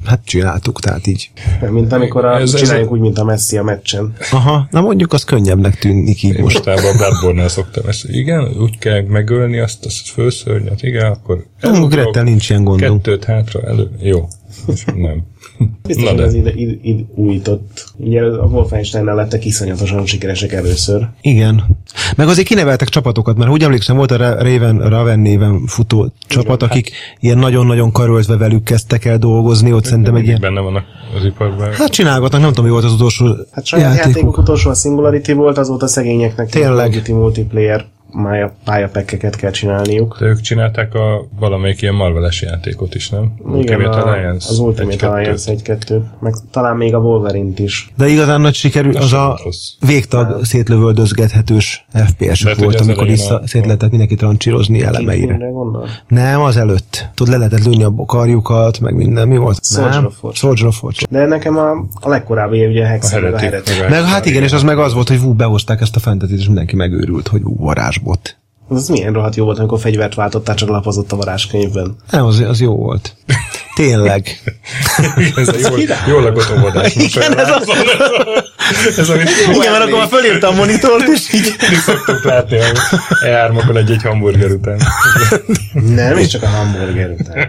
Hát csináltuk, tehát így. Mint amikor a, ez, csináljuk ez úgy, mint a Messi a meccsen. Aha, na mondjuk az könnyebbnek tűnik így én most. mostában a Bloodborne-nál szoktam ezt. Igen, úgy kell megölni azt a főszörnyet, igen, akkor Grettel nincs ilyen gondunk. kettőt hátra elő. Jó. És nem. Biztos, hogy az ide, ide, ide újított. Ugye a Wolfensteinnel lettek iszonyatosan sikeresek először. Igen. Meg azért kineveltek csapatokat, mert úgy emlékszem, volt a Raven, Raven néven futó csapat, igen, akik hát ilyen nagyon-nagyon karöltve velük kezdtek el dolgozni, ott szerintem egy ilyen... Benne vannak az iparban. Hát csinálgatnak, nem tudom, mi volt az utolsó Hát saját játékok, játékok utolsó a Singularity volt, azóta szegényeknek tényleg multiplayer pályapekkeket kell csinálniuk. De ők csinálták a valamelyik ilyen Marvel-es játékot is, nem? Igen, Ultimate a, Alliance az Ultimate Alliance egy-kettő, meg talán még a Wolverine-t is. De igazán nagy sikerű az a végtag szétlövöldözgethetős ef pé es-ük volt, amikor is a... szét lehetett mindenki trancsírozni elemeire. Nem, az előtt. Tudod, le lehetett lőni a karjukat, meg minden. Mi volt? Soldier of Fortune. Soldier of Fortune. De nekem a, a legkorábbi ugye a Hexen, meg a Heretic. Meg hát igen, és az meg az volt, hogy vú, behozták ezt a fantasy-t, és mindenki megőrült, hogy vú, varázsbot. Az milyen rohadt jó volt, amikor fegyvert váltottál, csak lapozott a varázskönyvben. Nem, az, az jó volt. Tényleg. Ez a jól, jól lakott óvodás. Igen, ez az. Ez amit igen, mert akkor már fölírtam a monitort, és így... Mi szoktuk látni a E három-on egy-egy hamburger után. Nem, és csak a hamburger után.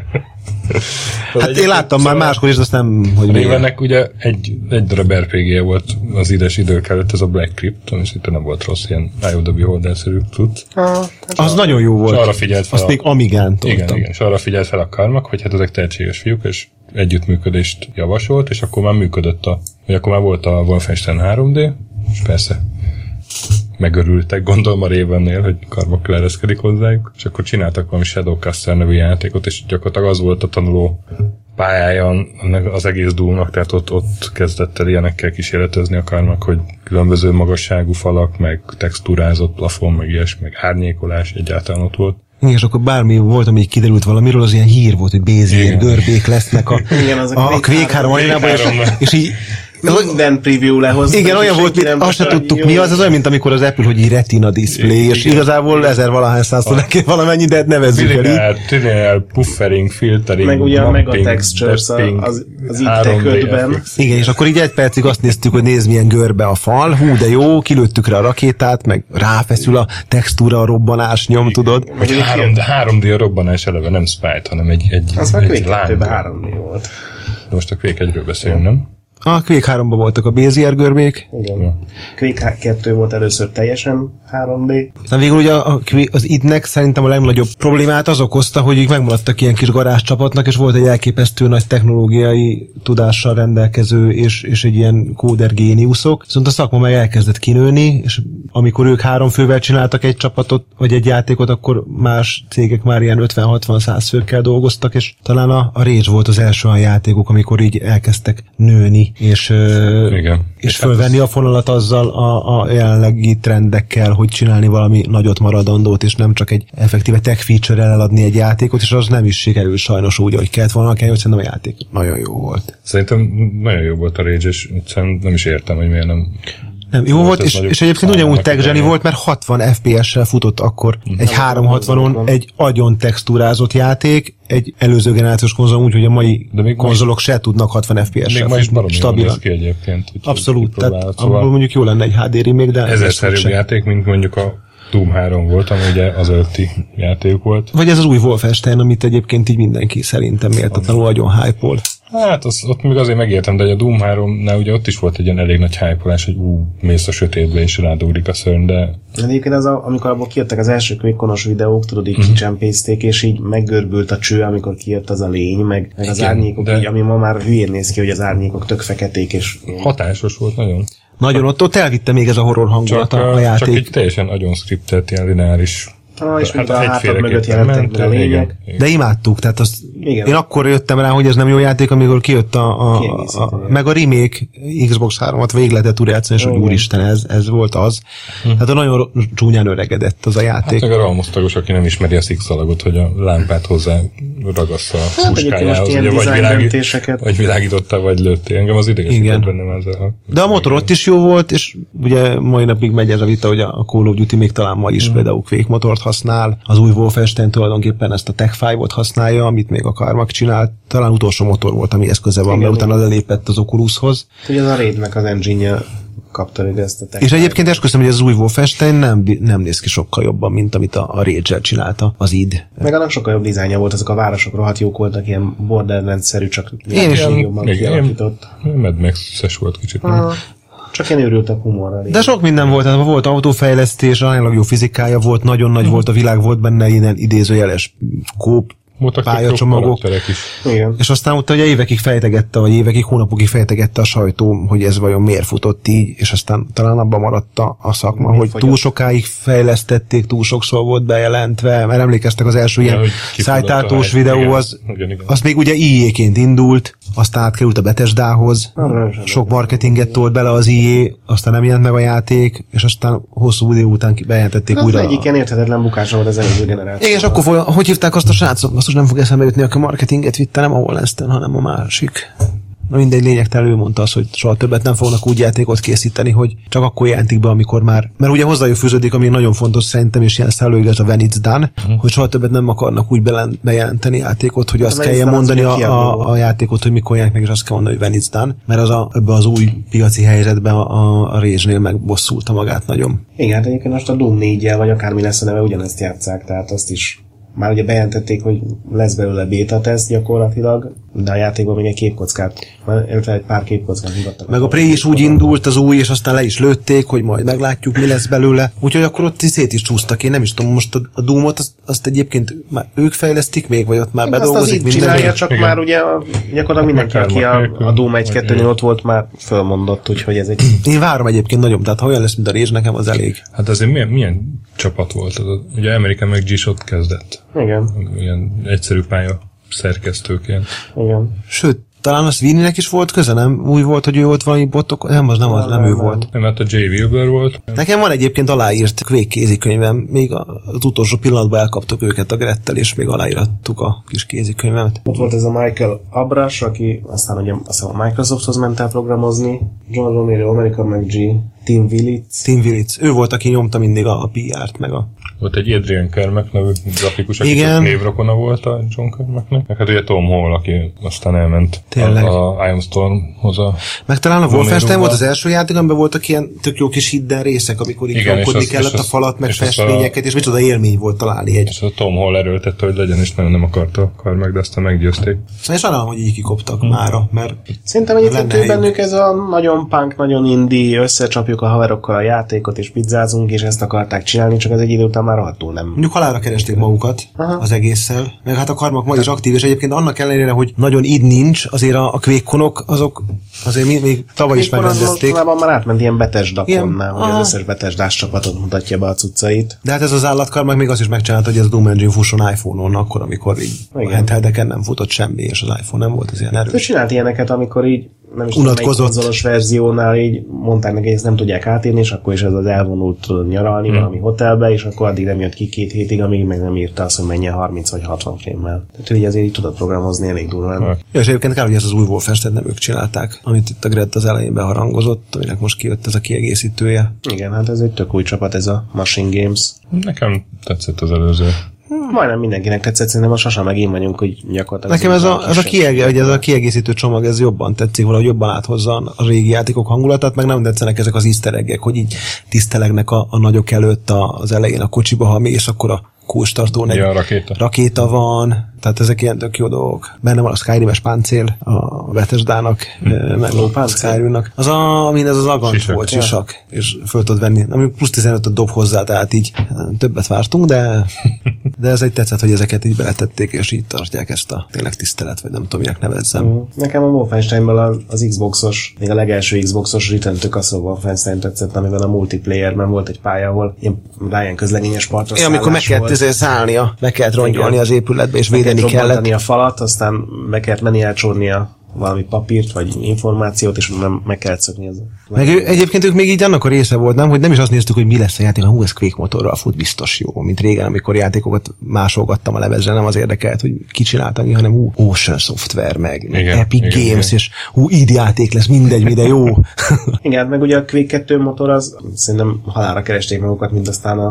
Hát én láttam már máskor is, azt nem, hogy miért. Ravennek ugye egy, egy darab er pé gé volt az ides idők előtt, ez a Black Crypt, és itt nem volt rossz, ilyen Eye of the Beholder-szerű tud. Az nagyon jó volt. És arra figyelt fel azt a... még Amigán toltam. Igen, igen, és arra figyelt fel a Karmak, hogy hát ezek tehetséges fiúk, és együttműködést javasolt, és akkor már működött a... vagy akkor már volt a Wolfenstein három dé, és persze megörültek, gondolom a Ravennél, hogy Karmak leereszkedik hozzájuk, és akkor csináltak valami Shadowcaster nevű játékot, és gyakorlatilag az volt a tanuló pályája az egész Doom-nak, tehát ott, ott kezdett el ilyenekkel kísérletezni a Karmak, hogy különböző magasságú falak, meg textúrázott plafon, meg ilyesmi, meg árnyékolás egyáltalán ott volt. Igen, és akkor bármi volt, ami kiderült valamiről, az ilyen hír volt, hogy bézér, görbék lesznek a, igen, az a, a Quake három arénában, és, és így minden preview lehoz. Igen, olyan volt, mint, azt se tudtuk mi az, ez olyan, mint amikor az Apple, hogy így retina display, igen, és igen. Igazából ezer valahány százszor neki valamennyi, de nevezzük el így. Tűnél puffering, filtering, meg ugye a megatextures az, az így teködben. Igen, és akkor így egy percig azt néztük, hogy nézd milyen görbe a fal, hú, de jó, kilőttük rá a rakétát, meg ráfeszül a textúra, a robbanás nyom, tudod. Vagy három dé a robbanás eleve nem Sprite, hanem egy, egy, az egy, egy lány. három dé volt. De most a Quake egyről beszélünk, nem? A Quake háromban voltak a Bézier görbék. Igen. Ja. Quake kettő volt először teljesen három dé. Aztán végül ugye a, a, az idnek szerintem a legnagyobb problémát az okozta, hogy így megmaradtak ilyen kis garázscsapatnak, és volt egy elképesztő nagy technológiai tudással rendelkező, és, és egy ilyen kóder géniuszok. Viszont a szakma meg elkezdett kinőni, és amikor ők három fővel csináltak egy csapatot, vagy egy játékot, akkor más cégek már ilyen ötven-hatvan-száz főkkel dolgoztak, és talán a, a Rage volt az első olyan játékok, amikor így elkezdtek nőni, és, igen. és fölvenni a fonalat azzal a, a jelenlegi trendekkel, hogy csinálni valami nagyot maradandót, és nem csak egy effektíve tech feature-rel eladni egy játékot, és az nem is sikerül sajnos úgy, ahogy kellett volna, kell, hogy szerintem a játék nagyon jó volt. Szerintem nagyon jó volt a Rage, és nem is értem, hogy miért nem... Nem, jó volt, és, és egyébként ugyanúgy tech volt, mert hatvan ef pé es-sel futott akkor mm. egy háromszázhatvanon egy agyon textúrázott játék, egy előző generációs konzol, úgyhogy a mai konzolok se tudnak hatvan ef pé es-sel. Még ma is baromi jól néz ki egyébként. Abszolút, tehát szóval abból mondjuk jó lenne egy há dé remake, de... Ezerszerűbb játék, mint mondjuk a Doom három volt, ami ugye az előtti játék volt. Vagy ez az új Wolfenstein, amit egyébként így mindenki szerintem méltatlanul agyon hype-ol. Hát az, ott még azért megértem, de a Doom háromnál ugye ott is volt egy ilyen elég nagy hype-olás, hogy ú, mész a sötétbe és rádugrik a szörny, de... Egyébként az a, amikor abból kijöttek az első Quake-onos videók, tudod, így mm. kicsempészték, és így meggörbült a cső, amikor kijött az a lény, meg, meg az igen, árnyékok, de... így, ami ma már hülyén néz ki, hogy az árnyékok tök feketék, és... Hatásos volt nagyon. Nagyon, ott, ott elvitte még ez a horror hangulat a, a játék. Csak egy teljesen agyon scriptet, ilyen lineáris. Ah, és hát a hátad mögött jelentek be a lények. De imádtuk, tehát azt én akkor jöttem rá, hogy ez nem jó játék, amikor kijött a, a, a, a meg a remake Xbox hármat végig lehetett úgy játszani, és hogy úristen, ez, ez volt az. Hm. Tehát nagyon csúnyán öregedett az a játék. Hát meg a ralmosztagos, aki nem ismeri a szikszalagot, hogy a lámpát hozzá ragassza a puskájához, ugye vagy, világít, vagy világította, vagy lőttél. Engem az idegesített bennem ezzel. De a motor ott is jó volt, és ugye mai napig megy ez a vita, hogy a Call of Duty még talán ma is hm. például Quake motort használ, az új Wolfenstein tulajdonképpen ezt a Tech öt-ot használja, amit még a Carmack csinált, talán utolsó motor volt, amihez köze van, mert utána lelépett az Oculushoz. Ugye az a Raidnek az engine-je kapta ide ezt a technikát. És egyébként esküszöm, hogy az új Wolfenstein nem, nem néz ki sokkal jobban, mint amit a, a Rage-el csinálta, az id. Meg annak sokkal jobb dizájnja volt, azok a városok rohadt jók voltak, ilyen Borderlands-szerű, csak én is jobban kialakított. Mad Max-es volt kicsit. Ah, csak ilyen őrültebb humorral. De sok minden volt, tehát volt autófejlesztés, aránylag jó fizikája volt, nagyon nagy hmm. volt a világ, volt benne ilyen idézőjeles kóp, pályacsomagok. Igen. És aztán utána ugye évekig fejtegette, vagy évekig, hónapokig fejtegette a sajtó, hogy ez vajon miért futott így, és aztán talán abban maradt a, a szakma, mi hogy fogyott? Túl sokáig fejlesztették, túl sokszor volt bejelentve, mert emlékeztek az első ja, ilyen szájtártós videó, igen, az, igen, az még ugye í á-ként indult, aztán átkerült a Bethesdához, sok marketinget tolt bele az í á, aztán nem jelent meg a játék, és aztán hosszú idő után bejelentették az újra. Az egyik ilyen érthetetlen bukásra volt az előző generáció. És akkor foly, hogy hívták azt a srácot? Azt most nem fog eszembe jutni, aki a marketinget vitte, nem a Wallenstein, hanem a másik. Na mindegy, lényegtelen ő mondta azt, hogy soha többet nem fognak úgy játékot készíteni, hogy csak akkor jelentik be, amikor már... Mert ugye hozzájuk fűződik, ami nagyon fontos szerintem, és ilyen szállóigaz a When It's Done, uh-huh. hogy soha többet nem akarnak úgy bejelenteni játékot, hogy azt kelljen mondani a, a, a játékot, hogy mikor jelent meg, és azt kell mondani, hogy When It's Done, mert az a, ebben az új piaci helyzetben a, a Rage-nél megbosszulta magát nagyon. Igen, hát egyébként most a Doom négyel, vagy akármi lesz a neve, ugyanezt játsszák, tehát azt is már ugye bejelentették, hogy lesz belőle beta teszt gyakorlatilag, de a játékban még egy képkockát, illetve egy pár képkockát mutattak. Meg a Prey is úgy indult az új, és aztán le is lőtték, hogy majd meglátjuk, mi lesz belőle. Úgyhogy akkor ott szét is csúsztak. Én nem is tudom, most a, a Doomot azt, azt egyébként már ők fejlesztik még, vagy ott már bedolgozik minden. Csinálja, csak igen. Már ugye a, gyakorlatilag mindenki, aki a, a Doom egy kettőnél ott volt, már fölmondott, úgyhogy ez egy... Én várom egyébként nagyon, tehát ha olyan lesz, mint a Rage, nekem az elég. Hát azért milyen, milyen csapat volt az? Ugye American meg G-s ott kezdett. Igen. Ilyen egyszerű pálya szerkesztőként. Igen. Sőt, talán a Sweeneynek is volt köze, nem? Úgy volt, hogy ő ott valami botok, nem, az nem, az, nem, nem ő nem. volt. Nem, hát a Jay Wilbur volt. Nekem van egyébként aláírt Quake kézikönyvem, még az utolsó pillanatban elkaptuk őket a Grettel, és még aláírattuk a kis kézikönyvemet. Ott volt ez a Michael Abras, aki aztán ugye azt a Microsofthoz ment el programozni, John Romero, American meg G, Tim Willits. Tim Willits. Ő volt, aki nyomta mindig a, a pé er-t, meg a... Volt egy Adrian Carmack nevű grafikus, aki csak névrokona volt a John Carmacknek. Meg hát ugye Tom Hall, aki aztán elment tényleg. a, a Iron Stormhoz a... Meg talán a Wolfenstein volt az első játék, amiben voltak ilyen tök jó kis hidden részek, amikor így kapkodni kellett a falat, meg és festményeket, és micsoda élmény volt találni egy. És a Tom Hall erőltette, hogy legyen, és nagyon nem akarta a Carmack, de aztán meggyőzték. Szóval én sajnálom, hogy így kikoptak hmm. mára, mert... Szerintem egyébként ő bennük ez a nagyon punk, nagyon indie, összecsapjuk a haverokkal a játékot, és pizzázunk, és ezt akarták csinálni, csak az egy idő után már rohadtul nem. Mondjuk halálra keresték magukat aha. az egésszel, meg hát a Carmack ma is aktív, és egyébként annak ellenére, hogy nagyon id nincs, azért a, a Quake-konok, azok azért még, még tavaly is megrendezték. Mostanában már átment ilyen Bethesda-konnál, hogy az összes Bethesdás csapatot mutatja be a cuccait. De hát ez az állat Carmack még azt is megcsinálta, hogy ez a Doom Engine fusson iPhone-on, akkor, amikor így a handheldeken nem futott semmi, és az iPhone nem volt az ilyen erős. Ő csinált ilyeneket, amikor így nem is tudom, melyik konzolos verziónál így mondták neki, hogy ezt nem tudják átírni, és akkor is ez az elvonult nyaralni hmm. valami hotelbe, és akkor addig nem jött ki két hétig, amíg meg nem írta azt, hogy menjen harminc vagy hatvan frame-mel. Tehát ő így azért így tudott programozni elég durván. Hmm. Ja, és egyébként kár, hogy ez az új Wolfenstein nem ők csinálták, amit itt a Gret az elején beharangozott, aminek most kijött ez a kiegészítője. Igen, hát ez egy tök új csapat, ez a Machine Games. Nekem tetszett az előző. Majdnem mindenkinek tetszett, szerintem a Sasa meg én vagyunk, hogy gyakorlatilag... Nekem ez a, ez, a kieg, hogy ez a kiegészítő csomag, ez jobban tetszik, valahogy jobban áthozza a régi játékok hangulatát, meg nem tetszenek ezek az easter egg-ek, hogy így tisztelegnek a, a nagyok előtt az elején a kocsiba, ha mész, akkor a kulcstartón egy ja, rakéta. rakéta van, tehát ezek ilyen tök jó dolgok. Benne van a Skyrim-es páncél, a Bethesdának, hmm. meg a Skyrimnak. Az a, amin ez az agant sisak. volt, sisak, ja. és föl tudod venni. Ami plusz tizenötöt dob hozzá, tehát így többet vártunk, de, de ez egy tetszett, hogy ezeket így beletették, és így tartják ezt a tényleg tisztelet, vagy nem tudom, minek nevezzem. Mm. Nekem a Wolfensteinből az, az Xboxos, még a legelső Xboxos Return to Castle Wolfenstein tetszett, amiben a multiplayerben volt egy pálya, ahol ilyen Ryan közlegényes partra szállás amikor meg kellett ezért szállnia, be kellett rongyolni az épületbe, és védeni kellett. A falat, aztán be kellett menni elcsórnia valami papírt, vagy információt, és nem meg kellett szökni. Az meg ő, egyébként ők még így annak a része volt, nem? Hogy nem is azt néztük, hogy mi lesz a játék, hú, ez Quake motorral fut, biztos jó, mint régen, amikor játékokat másolgattam a lemezre, nem az érdekelt, hogy ki csináltam, hanem hú, Ocean Software, meg igen, Epic igen, Games, igen. és hú, így játék lesz, mindegy, minden jó. Igen, meg ugye a Quake kettő motor az szerintem halálra keresték magukat, mint aztán a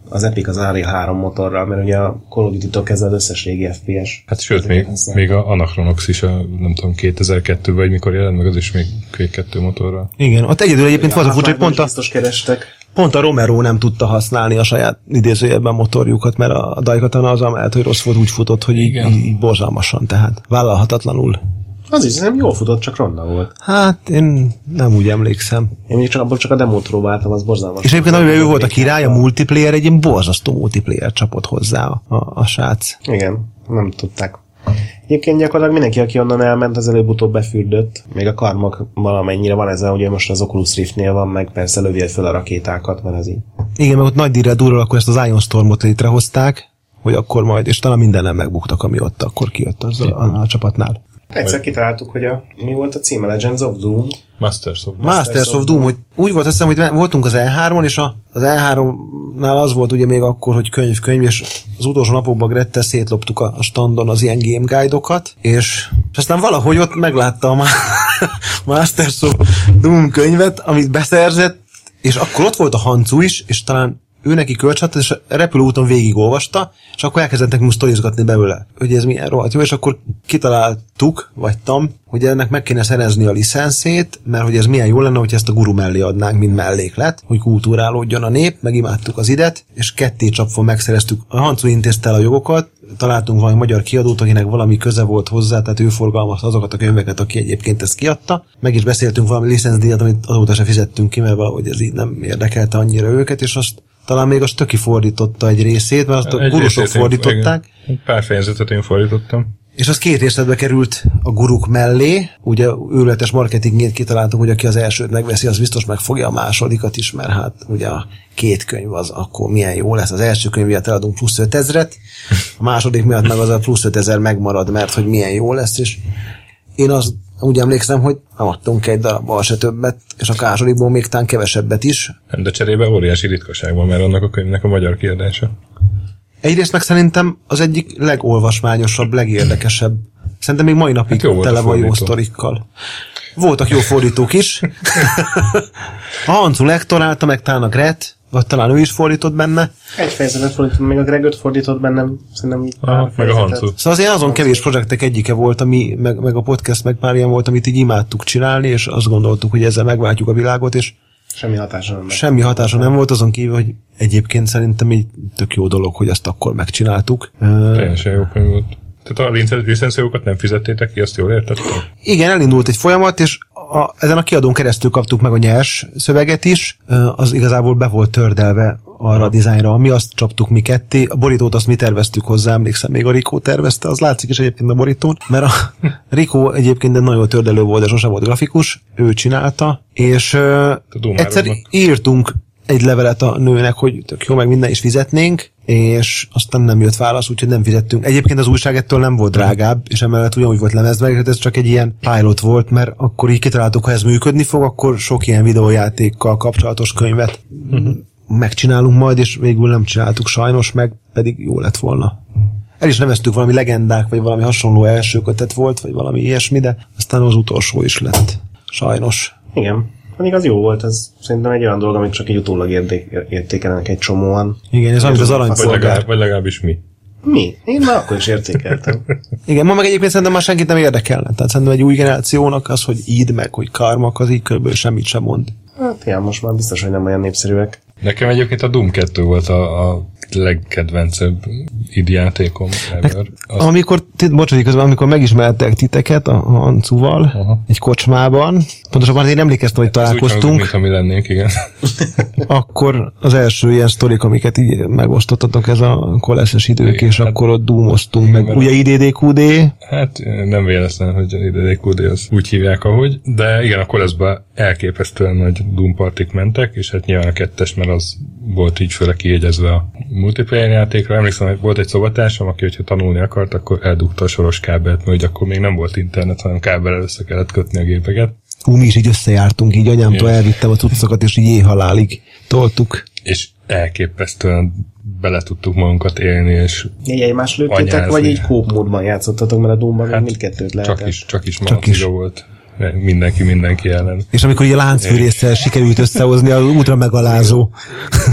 az Epic az Unreal három motorral, mert ugye a Call of Duty-tól kezdve az összes régi ef pé es. Hát sőt, még, még a Anachronox is, a, nem tudom, kétezer-kettő vagy mikor jelent meg, az is még Quake kettő motorral. Igen, ott egyedül egyébként volt a furcsa, hogy pont a, biztos kerestek. pont a Romero nem tudta használni a saját idézőjelben motorjukat, mert a Daikatana az amellett, hogy rossz volt, úgy futott, hogy így, így borzalmasan, tehát vállalhatatlanul. Az is nem jól futott, csak ronda volt. Hát én nem úgy emlékszem. Én még csak abból csak a demót próbáltam, az borzalmas. És egyébként amiben ő volt a király, a multiplayer, egy ilyen borzasztó multiplayer csapott hozzá a, a, a srác. Igen, nem tudták. Egyébként gyakorlatilag mindenki, aki onnan elment, az előbb-utóbb befürdött. Még a karmak valamennyire van ezen, ugye most az Oculus Riftnél van, meg persze lövjél föl a rakétákat, mert ez így. Igen, meg ott nagy dírrel durral akkor ezt az Ion Stormot létrehozták, hogy akkor majd, és talán mindenen megbuktak, ami ott akkor kijött az a, a, a csapatnál. Egyszer kitaláltuk, hogy a, mi volt a címe? Legends of Doom? Masters of Doom. Masters of Doom, hogy úgy volt, azt hiszem, hogy voltunk az E hármon, és a, az E háromnál az volt ugye még akkor, hogy könyv-könyv, és az utolsó napokban Grettel szétloptuk a, a standon az ilyen game guide-okat, és, és aztán valahogy ott meglátta a Masters of Doom könyvet, amit beszerzett, és akkor ott volt a Hancu is, és talán ő neki kölcsönött, és a repülőúton végigolvasta, és akkor elkezdett nekünk sztorizgatni belőle, hogy ez milyen rohadt jó, és akkor kitaláltuk, vagy tam, hogy ennek meg kéne szerezni a licenszét, mert hogy ez milyen jó lenne, hogy ezt a guru mellé adnánk, mint melléklet, hogy kultúrálódjon a nép, megimádtuk az idet, és ketté csapva megszereztük. A Hancu intézte el a jogokat, találtunk valami magyar kiadót, akinek valami köze volt hozzá, tehát ő forgalmazta azokat a könyveket, aki egyébként ezt kiadta. Meg is beszéltünk valami licenzdíjat, amit azóta se fizettünk ki, mert valahogy ez így nem érdekelte annyira őket, és azt talán még a Stöki fordította egy részét, mert azt a egy gurusok fordították. Egy pár fejezetet én fordítottam. És az két részletbe került a guruk mellé. Ugye őrületes marketingét kitaláltunk, hogy aki az elsőt megveszi, az biztos megfogja a másodikat is, mert hát ugye a két könyv az akkor milyen jó lesz. Az első könyv miatt eladunk plusz ötezret, a második miatt meg az a plusz ötezer megmarad, mert hogy milyen jó lesz, és én az úgy emlékszem, hogy nem adtunk egy darabbal se többet, és a másodikból még tán kevesebbet is. De cserébe óriási ritkaság van, mert annak a könyvnek a magyar kiadása. Egyrészt meg szerintem az egyik legolvasmányosabb, legérdekesebb. Szerintem még mai napig hát tele van jó sztorikkal. Voltak jó fordítók is. A Hancu lektorálta, meg talán a Gret, vagy talán ő is fordított benne. Egy fejezetet fordított, még a Gregot fordított bennem, szerintem ah, meg a Hancu. Szóval azért azon kevés projektek egyike volt, ami, meg, meg a podcast, meg pár ilyen volt, amit így imádtuk csinálni, és azt gondoltuk, hogy ezzel megváltjuk a világot, és semmi hatása nem Semmi hatása nem volt, azon kívül, hogy egyébként szerintem egy tök jó dolog, hogy ezt akkor megcsináltuk. Teljesen jó könyv volt. Tehát a licenciókat nem fizettétek ki, azt jól értettem? Igen, elindult egy folyamat, és a, ezen a kiadón keresztül kaptuk meg a nyers szöveget is, az igazából be volt tördelve arra a dizájnra, mi azt csaptuk mi ketté, a borítót azt mi terveztük hozzá, emlékszem, még a Rikó tervezte, az látszik is egyébként a borítón, mert a Rikó egyébként nagyon tördelő volt, de sose volt grafikus, ő csinálta, és egyszer írtunk egy levelet a nőnek, hogy tök jó, meg minden is fizetnénk, és aztán nem jött válasz, úgyhogy nem fizettünk. Egyébként az újság ettől nem volt drágább, és emellett ugyanúgy volt lemezve, és ez csak egy ilyen pilot volt, mert akkor így kitaláltuk, ha ez működni fog, akkor sok ilyen videójátékkal kapcsolatos könyvet uh-huh. megcsinálunk majd, és végül nem csináltuk sajnos, meg pedig jó lett volna. El is neveztük, valami legendák, vagy valami hasonló első kötet volt, vagy valami ilyesmi, de aztán az utolsó is lett. Sajnos. Igen. Pedig az jó volt, ez szerintem egy olyan dolog, amit csak így utólag érték, értékelnek egy csomóan. Igen, ez amit az aranypolgár. Vagy, legalább, vagy legalábbis mi. Mi? Én már akkor is értékeltem. Igen, ma meg egyébként szerintem már senkit nem érdekelne. Tehát szerintem egy új generációnak az, hogy id meg, hogy karmak, az így körülbelül semmit sem mond. Hát ilyen most már biztos, hogy nem olyan népszerűek. Nekem egyébként a Doom kettő volt a, a legkedvencebb id játékom ever. Azt... Amikor, bocsánat, közben, amikor megismertek titeket a Hancuval, aha. egy kocsmában, pontosabban én emlékeztem, hogy találkoztunk. Ez úgy hangzik, mint ami lennénk, igen. Akkor az első ilyen sztorik, amiket így megosztottatok, ez a koleszes idők, igen, és hát, akkor ott doomoztunk, meg ugye I D D Q D. Hát nem véletlen, hogy I D D Q D az úgy hívják, ahogy, de igen, a koleszba elképesztően nagy Doom partik mentek, és hát nyilván a kettes, mert az volt így főleg kiegyezve a multiplayer játékra. Emlékszem, hogy volt egy szobatársam, aki, hogyha tanulni akart, akkor eldugta a soros kábelt, mert akkor még nem volt internet, hanem kábellel össze kellett kötni a gépeket. Ú, mi is így összejártunk, így anyámtól és... elvittem a cuccokat, és így éjhalálig toltuk. És elképesztően bele tudtuk magunkat élni, és egy egymás lőttétek, vagy így kóp módban játszottatok, mert a Doomban hát, mindkettőt lehetett. Csak is, csak is maga volt. Mindenki, mindenki ellen. És amikor így a láncfűrésszel sikerült összehozni, az útra megalázó.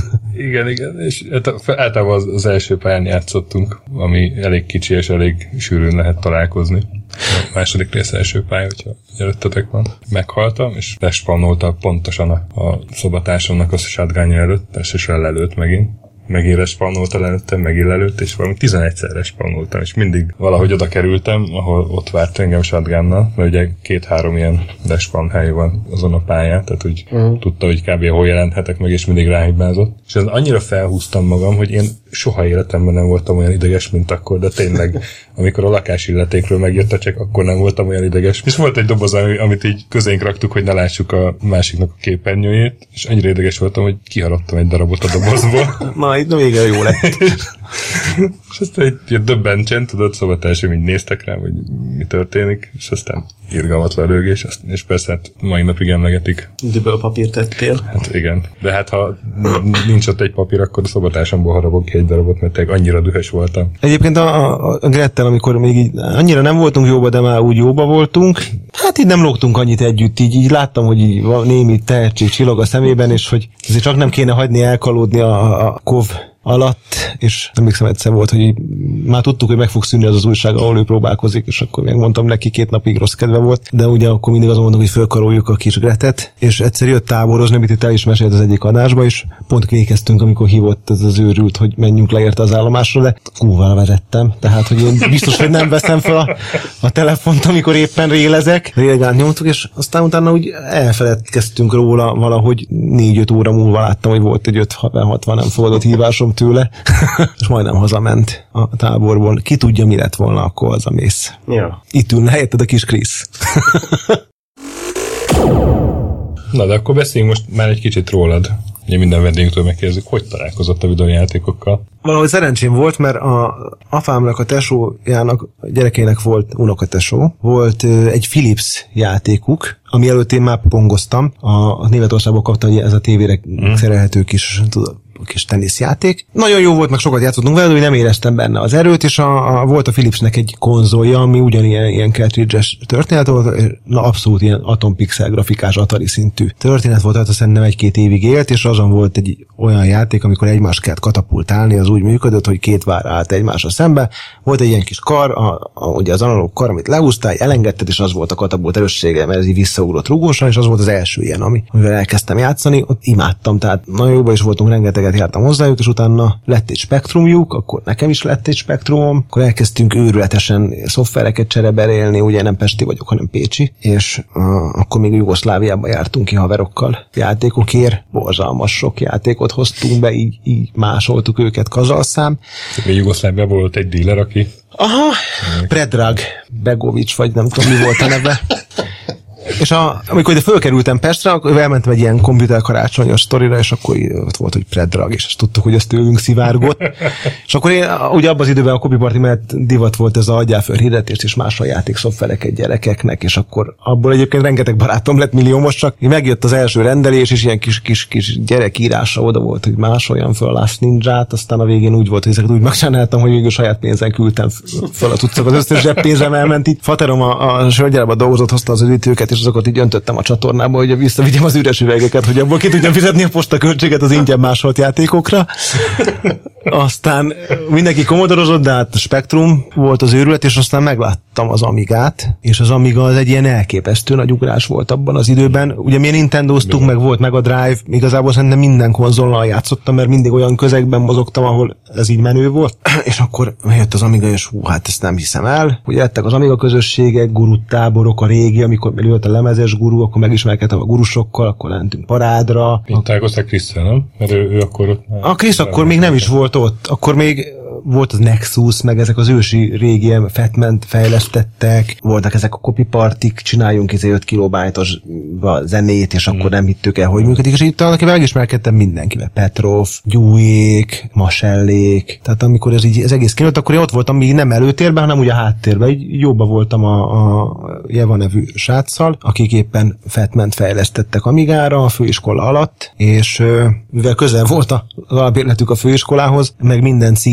Igen, igen, és általában az, az első pályán játszottunk, ami elég kicsi és elég sűrűn lehet találkozni. A második rész első pálya, hogyha előttetek van. Meghaltam, és respawnoltam pontosan a, a szobatársamnak a shotgunja előtt, és lelőtt megint. Megint respawnoltam előttem, megint lelőtt, és valami tizenegyszer respawnoltam, és mindig valahogy oda kerültem, ahol ott várt engem shotgunnal, mert ugye két-három ilyen respawn hely van azon a pályán, tehát úgy uh-huh. tudta, hogy kb. Hol jelenthetek meg, és mindig ráhibázott. És ezen annyira felhúztam magam, hogy én soha életemben nem voltam olyan ideges, mint akkor, de tényleg, amikor a lakásilletékről megjött a csekk, akkor nem voltam olyan ideges. És volt egy doboz, amit így közénk raktuk, hogy ne lássuk a másiknak a képernyőjét, és annyira ideges voltam, hogy kiharaptam egy darabot a dobozból. Na, itt végre jó lett. És aztán egy, egy döbbentsen, tudod, szobatársaim így néztek rám, hogy mi történik, és aztán irgalmatlan rögés, és persze hát mai napig emlegetik. Düböl papírt tettél. Hát igen, de hát ha nincs ott egy papír, akkor a szobatársamból harapok ki egy darabot, mert tényleg annyira dühös voltam. Egyébként a, a, a Grettel, amikor még így annyira nem voltunk jóba, de már úgy jóba voltunk, hát így nem lógtunk annyit együtt, így, így láttam, hogy így némi tehetség csillog a szemében, és hogy azért csak nem kéne hagyni elkalódni a, a kov alatt, és emlékszem egyszer volt, hogy már tudtuk, hogy meg fog szűnni az az újság, ahol ő próbálkozik, és akkor megmondtam neki, két napig rossz kedve volt, de ugye akkor mindig azon mondom, hogy fölkaroljuk a kis Gretet, és egyszer jött táborozni, amit itt el is mesélt az egyik adásba, és pont kékeztünk, amikor hívott ez az őrült, hogy menjünk le érte az állomásra, de kúval vezettem, tehát, hogy én biztos, hogy nem veszem fel a, a telefont, amikor éppen rélezek, rélgánt nyomtuk, és aztán utána úgy elfeledkeztünk róla valahogy négy-öt óra múlva láttam, hogy volt egy öt-hatvan nem fogadott hívásom tőle, és majdnem hazament a táborból. Ki tudja, mi lett volna akkor az a mész. Ja. Itt ülne helyetted a kis Krisz. Na, de akkor beszéljünk most már egy kicsit rólad. Ugye minden vendégünktől megkérdezik, hogy találkozott a videójátékokkal. Valahogy szerencsém volt, mert a apámnak, a tesójának, a gyerekének volt unokatesó, volt egy Philips játékuk, ami előtt én már pongoztam. A Németországból kaptam, hogy ez a tévére mm. szerelhető kis, tudod, kis teniszjáték. Nagyon jó volt, meg sokat játszottunk vele, hogy nem éreztem benne az erőt, és a, a, volt a Philipsnek egy konzolja, ami ugyanilyen ilyen cartridge-es történet volt, na abszolút ilyen atompixel grafikás Atari szintű történet volt, tehát szerintem egy-két évig élt, és azon volt egy olyan játék, amikor egymást kellett katapultálni, az úgy működött, hogy két vár állt egymásra szembe. Volt egy ilyen kis kar, a, a, ugye az analóg kar, amit lehúztál, elengedted, és az volt a katapult erőssége, mert ez így visszaugrott rugósan, és az volt az első ilyen, ami, amivel elkezdtem játszani, ott imádtam, tehát nagyon jóban is voltunk, rengeteg jártam hozzájuk, és utána lett egy spektrumjuk, akkor nekem is lett egy spektrumom, akkor elkezdtünk őrületesen szoftvereket csereberélni, ugye nem pesti vagyok, hanem pécsi, és uh, akkor még Jugoszláviába jártunk ki haverokkal játékokért, borzalmas sok játékot hoztunk be, így, így másoltuk őket kazalszám. A Jugoszláviában volt egy díler, aki... Aha, Predrag Begovics, vagy nem tudom, mi volt a neve. És a, amikor ide fölkerültem Pestre, akkor elmentem egy ilyen komputerkarácsonyos sztorira, és akkor ott volt, hogy Predrag, és azt tudtuk, hogy ez tőlünk szivárgott. És akkor én, ugye abban az időben a Copy Party mellett divat volt ez a adjál föl hirdetést, és máshol játékszoftvereket gyerekeknek, és akkor abból egyébként rengeteg barátom lett milliómos, csak megjött az első rendelés, és ilyen kis, kis, kis gyerekírása oda volt, hogy másoljan föl a Last Ninját, aztán a végén úgy volt, hogy ezeket úgy megcsináltam, hogy végül saját pénzen küldtem föl a tudszak, az összes zseppénzem elment itt. Faterom a, a sörgyárban dolgozott, hozta az üdítőket, és azokat így öntöttem a csatornába, hogy visszavigyem az üres üvegeket, hogy abból ki tudjam fizetni a postaköltséget az ingyen másolt játékokra. Aztán mindenki komodorozott, de hát Spektrum volt az őrület, és aztán megláttam az Amigát, és az Amiga az egy ilyen elképesztő nagy ugrás volt abban az időben. Ugye mi Nintendoztunk, meg volt Mega Drive, igazából szerintem minden konzollal játszottam, mert mindig olyan közegben mozogtam, ahol ez így menő volt. És akkor jött az Amiga, és hú, hát ezt nem hiszem el. Ugye lettek az Amiga közösségek, gurútáborok, a régi, amikor még jött a lemezes gurú, akkor megismerkedtem a gurusokkal, akkor mentünk parádra. Mint találkozták Krisztel, nem? Mert ő, ő akkor ott... A Krisz akkor még nem is volt ott. Akkor még volt az Nexus, meg ezek az ősi régi Fatman fejlesztettek, voltak ezek a copy partik, csináljunk izé öt kilobájtos zenét, és akkor mm. nem hittük el, hogy működik, és itt annak megismerkedtem mindenkivel. Petrov, Gyújék, Masellék, tehát amikor ez, így, ez egész kinőtt, akkor én ott voltam még nem előtérben, hanem ugye a háttérben, így jóba voltam a, a Jeva nevű sráccal, akik éppen Fatman fejlesztettek Amigára a főiskola alatt, és mivel közel volt az alapérletük a főiskolához, meg minden szídeltek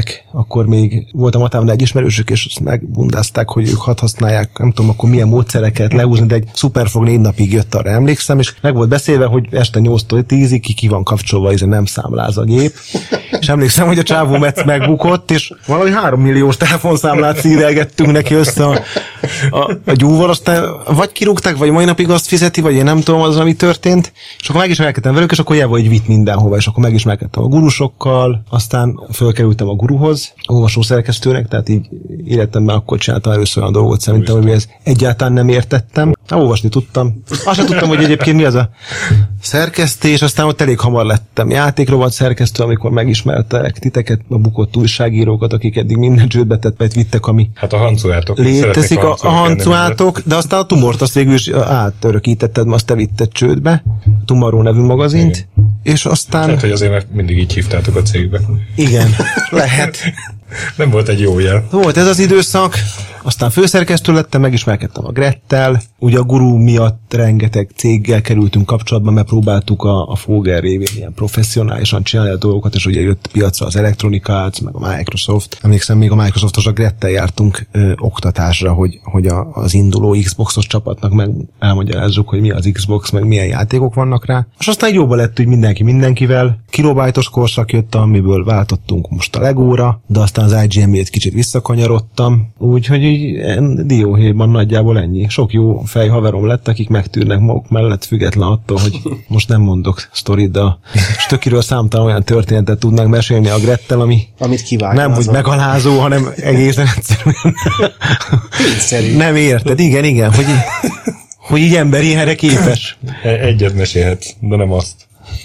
gyerekek, akkor még voltam Matában egy ismerősök, és azt megbundázták, hogy ők hadd használják, nem tudom, akkor milyen módszereket lehúzni, de egy Superfog négy napig jött, arra emlékszem, és meg volt beszélve, hogy este nyolctól tízig ki, ki van kapcsolva, ez nem számláz a gép. És emlékszem, hogy a csávó megbukott, és valahogy három milliós telefonszámlát szídelgettünk neki össze a, a, a gyúval, aztán vagy kirúgták, vagy mai napig azt fizeti, vagy én nem tudom az, ami történt, és akkor megismerkedtem velük, és akkor jelva így vitt mindenhova, és akkor megismerkedtem a gurusokkal, aztán fölkerültem a guruhoz, olvasó szerkesztőnek, tehát így életemben akkor csináltam először olyan dolgot, szerintem, hogy ez egyáltalán nem értettem. Hát, olvasni tudtam. Azt sem tudtam, hogy egyébként mi az a szerkesztés, aztán ott elég hamar lettem játékrovat szerkesztő, amikor megismertek titeket, a bukott újságírókat, akik eddig minden csődbe tett, vittek, ami hát a hancuátok. Létezik a, a hancuátok, de aztán a Tumort azt végül is átörökítetted, azt te vitted csődbe, a Tomorrow nevű magazint, igen. És aztán... Hát, hogy azért mert mindig így hívtátok a cégbe. Igen, lehet. Nem volt egy jó jel. Volt ez az időszak, aztán főszerkesztő lettem, megismerkedtem a Grettel, ugye a guru miatt rengeteg céggel kerültünk kapcsolatba, mert próbáltuk a, a Fogel révén ilyen professzionálisan csinálni a dolgokat, és ugye jött piacra az Electronic Arts, meg a Microsoft. Emlékszem, még a Microsoftos a Grettel jártunk ö, oktatásra, hogy, hogy a, az induló Xboxos csapatnak meg elmagyarázzuk, hogy mi az Xbox, meg milyen játékok vannak rá. És aztán jóba lett, hogy mindenki mindenkivel. Kilobájtos korszak jött, amiből váltottunk most a Legóra, de aztán az i gé em-ét kicsit visszakanyarodtam, úgyhogy így dióhéjban nagyjából ennyi. Sok jó fej haverom lett, akik megtűrnek maguk mellett, független attól, hogy most nem mondok sztorit, de a Stökiről számtalan olyan történetet tudnánk mesélni a Grettel, ami amit kivágja, nem úgy megalázó, hanem egészen egyszerűen tényszerű. Nem érted, igen, igen, hogy, hogy így ember ilyenre képes. Egyet mesélhetsz, de nem azt.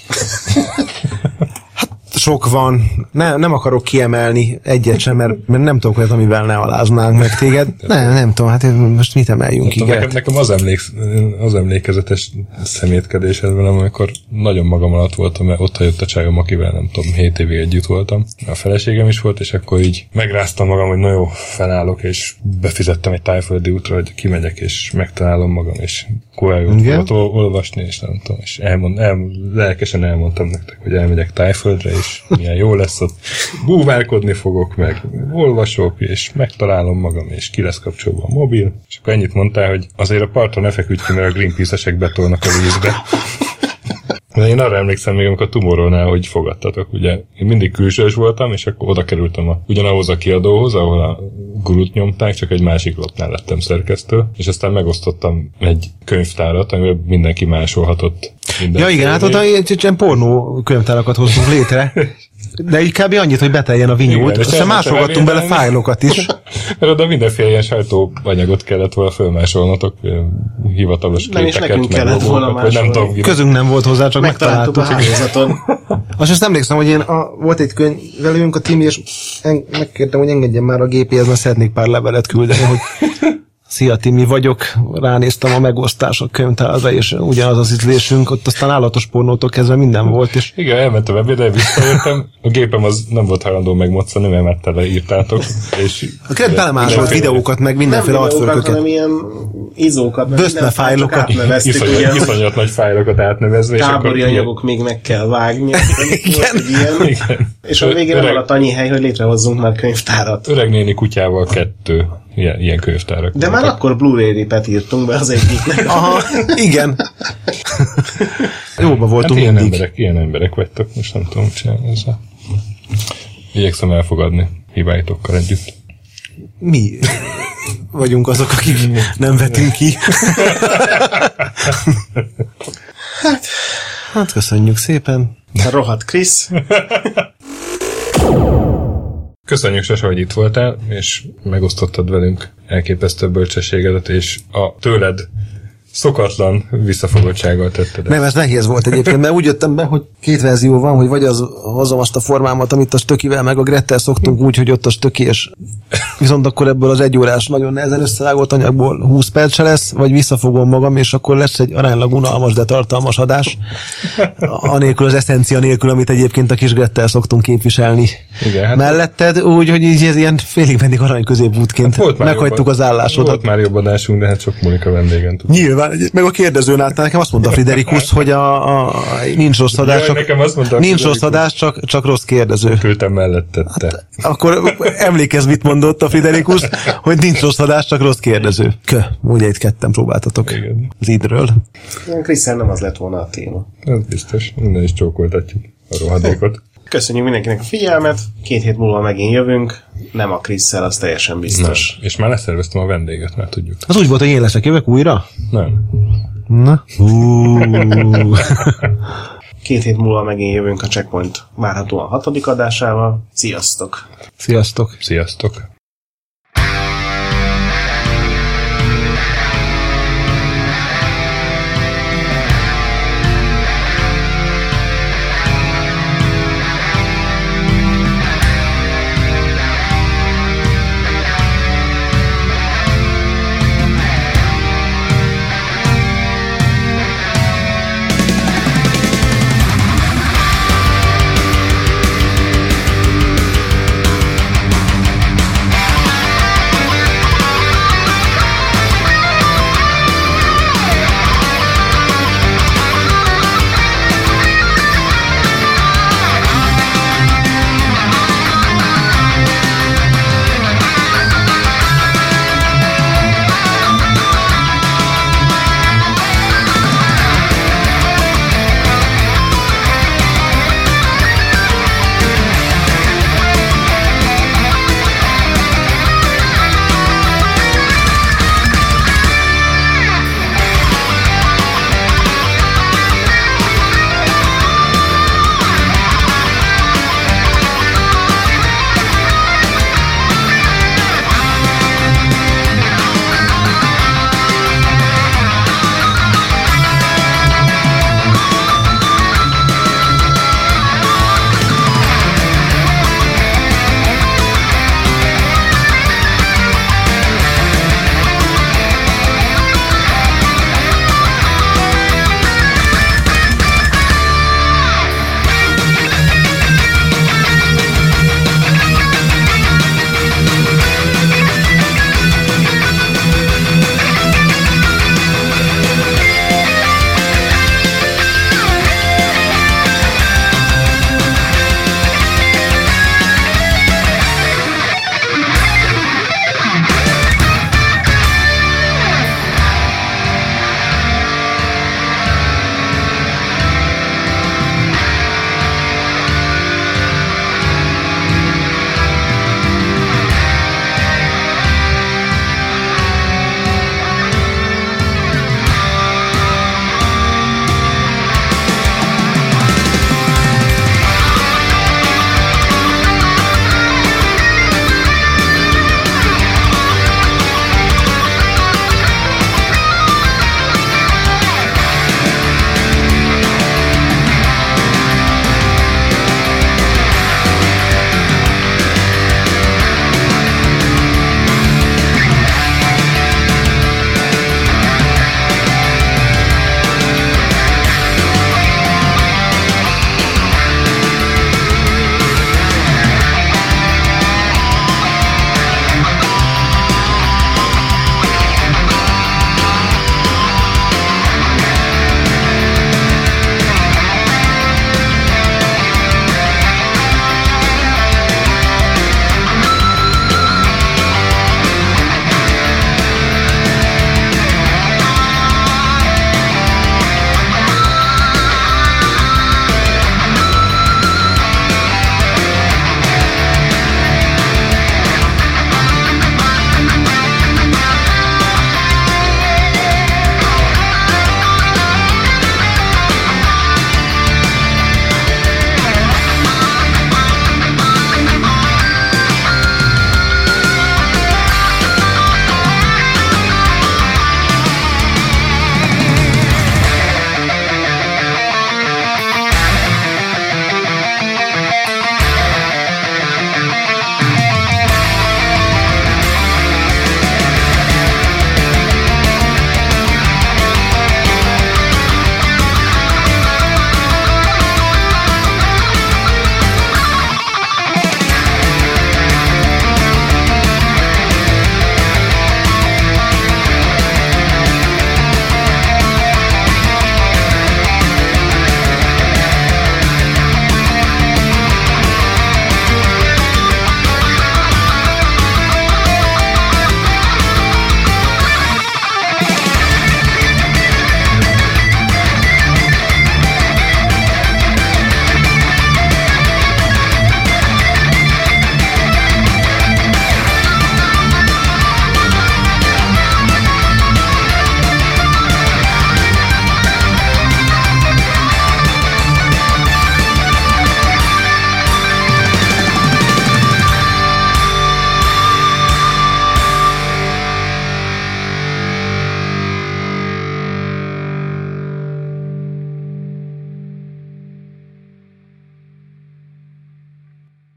Sok van. Ne, nem akarok kiemelni egyet sem, mert, mert nem tudok olyat, amivel ne aláznánk meg téged. Nem, nem tudom, hát most mit emeljünk ki. Nekem, nekem az, emlék, az emlékezetes szemétkedésedben, amikor nagyon magam alatt voltam, mert ott jött a csajom, akivel nem tudom, hét évig együtt voltam. A feleségem is volt, és akkor így megráztam magam, hogy na jó, felállok, és befizettem egy tájföldi útra, hogy kimegyek, és megtalálom magam, és Coelho-t volt olvasni, és nem tudom, és elmond, el, lelkesen elmondtam nektek, hogy elmegyek Tájföldre, és milyen jó lesz ott. Búvárkodni fogok meg, olvasok, és megtalálom magam, és ki lesz kapcsolva a mobil. És akkor ennyit mondtál, hogy azért a partra ne feküdj ki, mert a Greenpeace-esek betolnak a vízbe. De én arra emlékszem még, amikor a Tomorrownál, hogy fogadtatok, ugye. Én mindig külsős voltam, és akkor oda kerültem a, ugyanahoz a kiadóhoz, ahol a gurút nyomták, csak egy másik lapnál lettem szerkesztő, és aztán megosztottam egy könyvtárat, amiben mindenki másolhatott. Ja igen, hát oda ilyen pornó könyvtárakat hoztunk létre. De így kb. Annyit, hogy beteljen a vinyót, aztán másolgattunk bele fájlokat is. Mert oda mindenféle ilyen sajtóanyagot kellett volna fölmásolnotok, hivatalos nem képeket, nekünk kellett volna másolni. Közünk nem volt hozzá, csak megtaláltuk. Megtaláltuk a hálózaton. Azt azt emlékszem, hogy én a, volt egy könyvelőnk, a Timi, és en, megkértem, hogy engedjen már a gépéhez, mert szeretnék pár levelet küldeni, hogy szia Timi, vagyok, ránéztem a megosztások könyvtárra, és ugyanaz az ízlésünk, ott aztán állatos pornótól kezdve minden volt. És... Igen, elmentem ebédre, visszajöttem, a gépem az nem volt hajlandó megmoccani, mert már tele írtátok. És a könyv belemásolt videókat, meg mindenféle artfölköket. Nem ilyen izókat, meg Döszme fájlokat. Iszonyat, iszonyat nagy fájlokat átnevezve. Tábori anyagok még meg kell vágni. Igen. Igen. És a végén nem alatt annyi hely, hogy létrehozzunk már könyvtárat. Öreg néni kutyával kettő. Ilyen, ilyen könyvtárak. De már akkor Blu-ray ripet írtunk be az egyiknek. Aha, igen. Jóba voltunk hát ilyen mindig. Emberek, ilyen emberek vagytok, most nem tudom csinálni ezzel. Igyekszem elfogadni hibáitokkal együtt. Mi vagyunk azok, akik nem vetünk ki. hát, hát köszönjük szépen. Rohadt Krisz. Köszönjük, Sasa, hogy itt voltál, és megosztottad velünk elképesztő bölcsességedet, és a tőled szokatlan visszafogottsággal tetted. Nem, ez nehéz volt egyébként, mert úgy jöttem be, hogy két verzió van, hogy vagy az hozom azt a formámat, amit a Stökivel meg a Grettel szoktunk úgy, hogy ott a Stöki, és viszont akkor ebből az egy órás, nagyon nehezen összevágolt anyagból húsz perc se lesz, vagy visszafogom magam, és akkor lesz egy aránylag unalmas, de tartalmas adás. Anélkül az eszencia nélkül, amit egyébként a kis Grettel szoktunk képviselni. Igen, hát melletted, úgy, hogy így ez ilyen félig meddig arany középútként hát meghagytuk az állásodat. Volt már jobb adásunk, de hát sok Monika vendégen tud. Nyilván, meg a kérdezőn által nekem azt mondta Friderikus, hogy a, a nincs rossz adás, csak nekem azt mondta, nincs rossz adás, csak, csak rossz kérdező. Küldtem mellette te. Hát, akkor emlékezz, mit mondott a Friderikus, hogy nincs rossz adás, csak rossz kérdező. Kö, ugye itt ketten próbáltatok. Igen. Az idről. Kriszel nem az lett volna a téma. Ez biztos. Minden is csókoltatjuk a rohadékot. Köszönjük mindenkinek a figyelmet. Két hét múlva megint jövünk. Nem a Krisszel, az teljesen biztos. Nem. És már leszerveztem a vendéget, már tudjuk. Az úgy volt, hogy én leszek, jövök újra? Nem. Na? Két hét múlva megint jövünk a Checkpoint várhatóan hatodik adásával. Sziasztok! Sziasztok! Sziasztok!